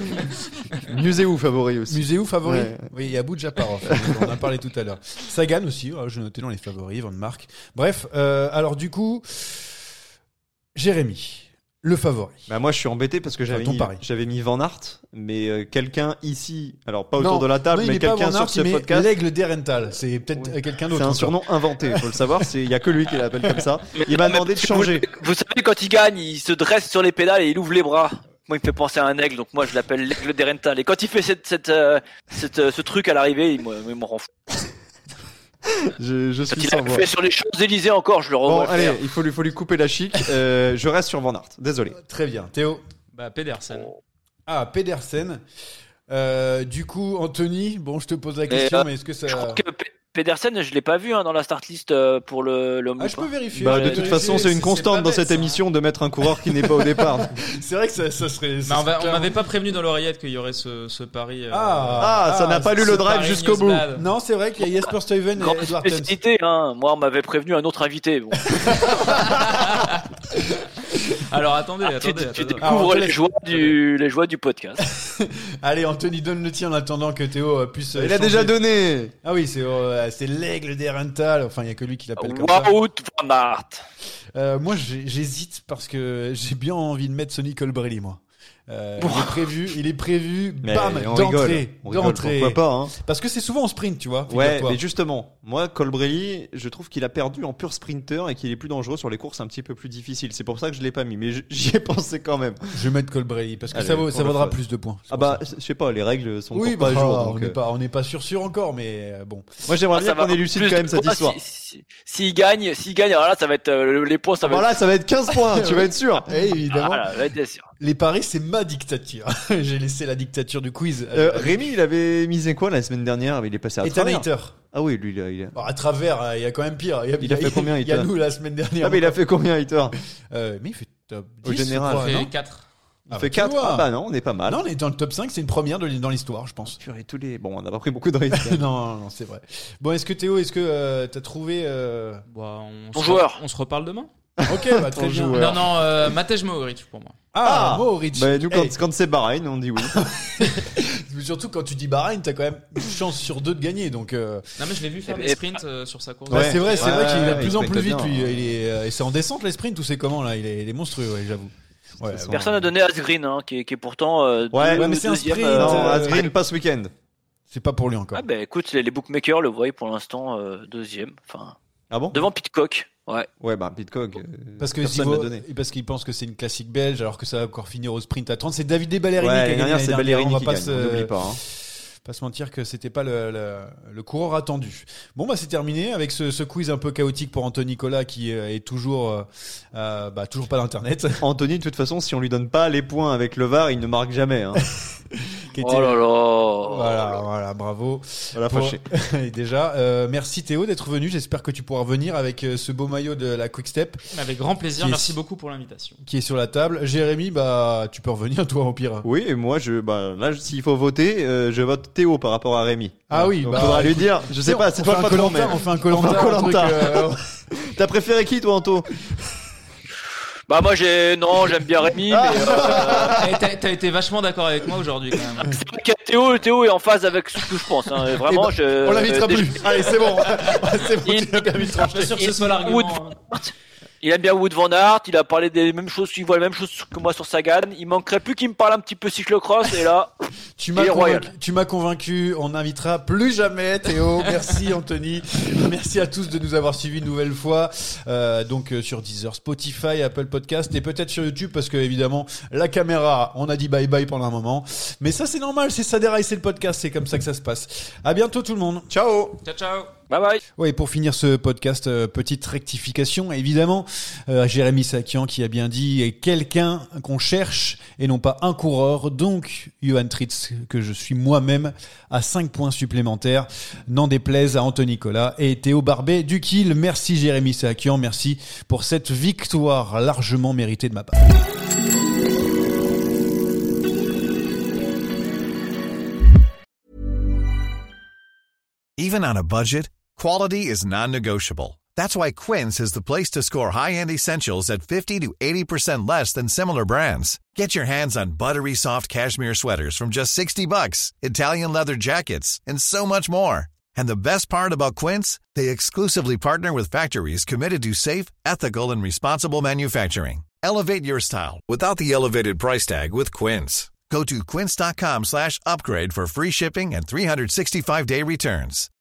Muséo favori aussi. Muséo favori? Ouais. Oui, il y a Abu Japarov. On en a parlé tout à l'heure. Sagan aussi, voilà, je notais dans les favoris, Van Mark. Bref, euh, alors du coup, Jérémy, le favori. Bah moi je suis embêté parce que j'avais ton mis, pari. j'avais mis Van Aert, mais euh, quelqu'un ici, alors pas autour Non, de la table, non, il mais est pas quelqu'un Van sur Aert, ce il met podcast. l'aigle d'Erental. C'est peut-être Ouais. quelqu'un C'est d'autre. un encore. surnom inventé, faut le savoir, c'est il y a que lui qui l'appelle comme ça. Il m'a demandé de changer. Vous, vous savez, quand il gagne, il se dresse sur les pédales et il ouvre les bras. Moi, il me fait penser à un aigle, donc moi, je l'appelle l'aigle d'Erental. Et quand il fait cette, cette, euh, cette, euh, ce truc à l'arrivée, il me il me rend fou. Je, je Quand suis il sans a voix. fait sur les Champs-Élysées encore, je le Bon, revois allez, faire. il faut lui, faut lui couper la chic. Euh, je reste sur Van Aert. Désolé. Très bien. Théo. Bah, Pedersen. Ah, Pedersen. Euh, du coup, Anthony, bon, je te pose la question, euh, mais est-ce que ça. Je crois que P- Pedersen, je l'ai pas vu hein, dans la start list euh, pour le l'homme. Ah, je peux vérifier. Bah, je de peux toute vérifier, façon, c'est une pas constante dans bête, cette ça, hein. émission de mettre un coureur qui n'est pas au départ. C'est vrai que ça, ça serait. ça Bah, on va- serait on clairement- m'avait pas prévenu dans l'oreillette qu'il y aurait ce, ce pari. euh, Ah, Ah, ça n'a pas lu ce le drive pari jusqu'au bout. Newsblad. Non, c'est vrai qu'il y a Jesper Stuyven et Grande Edward Tens. spécialité, hein. Moi, on m'avait prévenu un autre invité. Bon. Alors attendez, Ah, tu, attendez. tu attendez. Ah, on découvres te les laisse- joies du les joies du podcast. Allez, Anthony, donne le tien en attendant que Théo euh, puisse. euh, Il a changer. déjà donné. Ah oui, c'est euh, c'est l'aigle d'Erental. Enfin, il y a que lui qui l'appelle comme ça. Wout van Aert. Euh, moi, j'ai- j'hésite parce que j'ai bien envie de mettre Sonny Colbrelli, moi. Euh, il est prévu, il est prévu, Mais bam, on rigole. d'entrée, On rigole, d'entrée. pourquoi pas, hein. Parce que c'est souvent en sprint, tu vois. Ouais, figure-toi. mais justement, moi, Colbrelli, je trouve qu'il a perdu en pur sprinter et qu'il est plus dangereux sur les courses un petit peu plus difficiles. C'est pour ça que je l'ai pas mis, mais j- j'y ai pensé quand même. Je vais mettre Colbrelli parce que Allez, ça, vaut, pour ça le vaudra fun. plus de points. C'est Ah pour bah, ça. je sais pas, les règles sont Oui, encore bah, pas à jour. on donc, n'est euh, pas, on n'est pas sûr sûr encore, mais euh, bon. Moi, j'aimerais Ah, bien ça va qu'on élucide plus quand même de cette points histoire. si- si- S'il gagne, s'il gagne, alors là, ça va être euh, les points, ça va. Voilà, ça va être quinze points, tu vas être sûr. Et évidemment, Ah, là, bien sûr. les paris, c'est ma dictature. J'ai laissé la dictature du quiz. Euh, Rémi, il avait misé quoi la semaine dernière? Il est passé à Ethan travers. Hayter. Ah oui, lui, il a, il a... Bon, à travers, euh, il y a quand même pire. Il, y a, Il a fait combien, Il y a Hayter nous la semaine dernière. Ah, mais il a fait combien, Hayter? Euh, mais il fait top Au dix, général. je crois, Il non fait quatre. Il Ah, fait bah, tu quatre. vois. Ah bah non, on est pas mal. Non, on est dans le top cinq, c'est une première de, dans l'histoire, je pense. Purée, tous les... Bon, on n'a pas pris beaucoup de risques. non, non, non, c'est vrai. Bon, est-ce que Théo, est-ce que euh, t'as trouvé euh... Bah, on Ton se joueur. re- On se reparle demain. Ok, bah très Ton bien. joueur. Non, non, euh, Matej Mohoric pour moi. Ah, Ah, Mohoric. Bah, nous, quand, Hey, quand c'est Bahreïn, on dit oui. surtout quand tu dis Bahreïn, t'as quand même une chance sur deux de gagner, donc. Euh... Non, mais je l'ai vu faire Et- des sprints euh, sur sa course. Ouais, Ouais. c'est vrai, c'est Ouais, vrai qu'il ouais, va de ouais, plus il en plus sprintait vite, bien, lui. hein. Il est, euh, et c'est en descente les sprints ou c'est comment là il est, il est monstrueux, ouais, j'avoue. Ouais, C'est bon. Personne n'a donné Asgreen, hein, qui, est, qui est pourtant. Euh, Ouais, deux- ouais, mais c'est un deuxième, sprint, euh, non, euh, Asgreen, pas ce week-end. C'est pas pour lui encore. Ah bah écoute, les, les bookmakers le voient pour l'instant euh, deuxième, enfin Ah bon? devant Pitcock. Ouais. Ouais, bah, Pitcock. euh, Parce que personne s'il l'a vaut- donné. parce qu'il pense que c'est une classique belge alors que ça va encore finir au sprint à trente. C'est David Ballerini Ouais, qui a l'année gagné dernière, l'année c'est dernière. Ballerini On va qui pas gagne, se, on n'oublie pas. Hein. pas se mentir que c'était pas le, le, le coureur attendu. Bon bah c'est terminé avec ce, ce quiz un peu chaotique pour Anthony Nicolas qui euh, est toujours euh, euh, bah toujours pas d'internet. Anthony, de toute façon, si on lui donne pas les points avec le V A R, il ne marque jamais. Hein. qui Oh là là. Voilà, voilà, bravo. Voilà, Pour- fâché. Et déjà, euh, merci Théo d'être venu. J'espère que tu pourras revenir avec euh, ce beau maillot de la Quick Step Avec grand plaisir. Qui est- Merci beaucoup pour l'invitation. qui est sur la table. Jérémy, bah, tu peux revenir toi au pire. Oui, et moi, je, bah, là, s'il faut voter, euh, je vote Théo par rapport à Rémi. Ah oui, Donc, bah, faudra lui écoute, dire, je sais on pas, c'est fait toi un le patron, Koh-Lanta, mais- on fait un Koh-Lanta, On fait un un truc, Koh-Lanta. euh, T'as préféré qui, toi, Anto? Bah moi j'ai non j'aime bien Rémi Ah. mais euh, Eh, T'as t'as été vachement d'accord avec moi aujourd'hui quand même. c'est vrai que Théo Théo est en phase avec ce que je pense hein. Et vraiment Eh ben, je on l'invitera euh, plus. Allez, c'est bon. c'est bon, Il- tu as permis de Je suis trancher. sûr que ce soit l'argument. Wood- hein. Il aime bien Wood Van Aert, il a parlé des mêmes choses, il voit les mêmes choses que moi sur Sagan. Il manquerait plus qu'il me parle un petit peu cyclocross et là Tu m'as il est royal. convaincu, tu m'as convaincu, on n'invitera plus jamais Théo. Merci Anthony. Merci à tous de nous avoir suivis une nouvelle fois. Euh, donc euh, sur Deezer, Spotify, Apple Podcast et peut-être sur YouTube parce que évidemment la caméra, on a dit bye bye pendant un moment. Mais ça c'est normal, c'est ça déraille, c'est le podcast, c'est comme ça que ça se passe. À bientôt tout le monde. Ciao. Ciao ciao. Bye bye. Ouais, et pour finir ce podcast, euh, petite rectification, évidemment, euh, Jérémy Sakian qui a bien dit est quelqu'un qu'on cherche et non pas un coureur. Donc, Johan Tritz, que je suis moi-même, à cinq points supplémentaires. N'en déplaise à Anthony Collat et Théo Barbet du Kiel. Merci Jérémy Sakian, merci pour cette victoire largement méritée de ma part. Even on a budget, quality is non-negotiable. That's why Quince is the place to score high-end essentials at fifty to eighty percent less than similar brands. Get your hands on buttery soft cashmere sweaters from just sixty bucks, Italian leather jackets, and so much more. And the best part about Quince, they exclusively partner with factories committed to safe, ethical, and responsible manufacturing. Elevate your style without the elevated price tag with Quince. Go to quince.com slash upgrade for free shipping and three sixty-five day returns.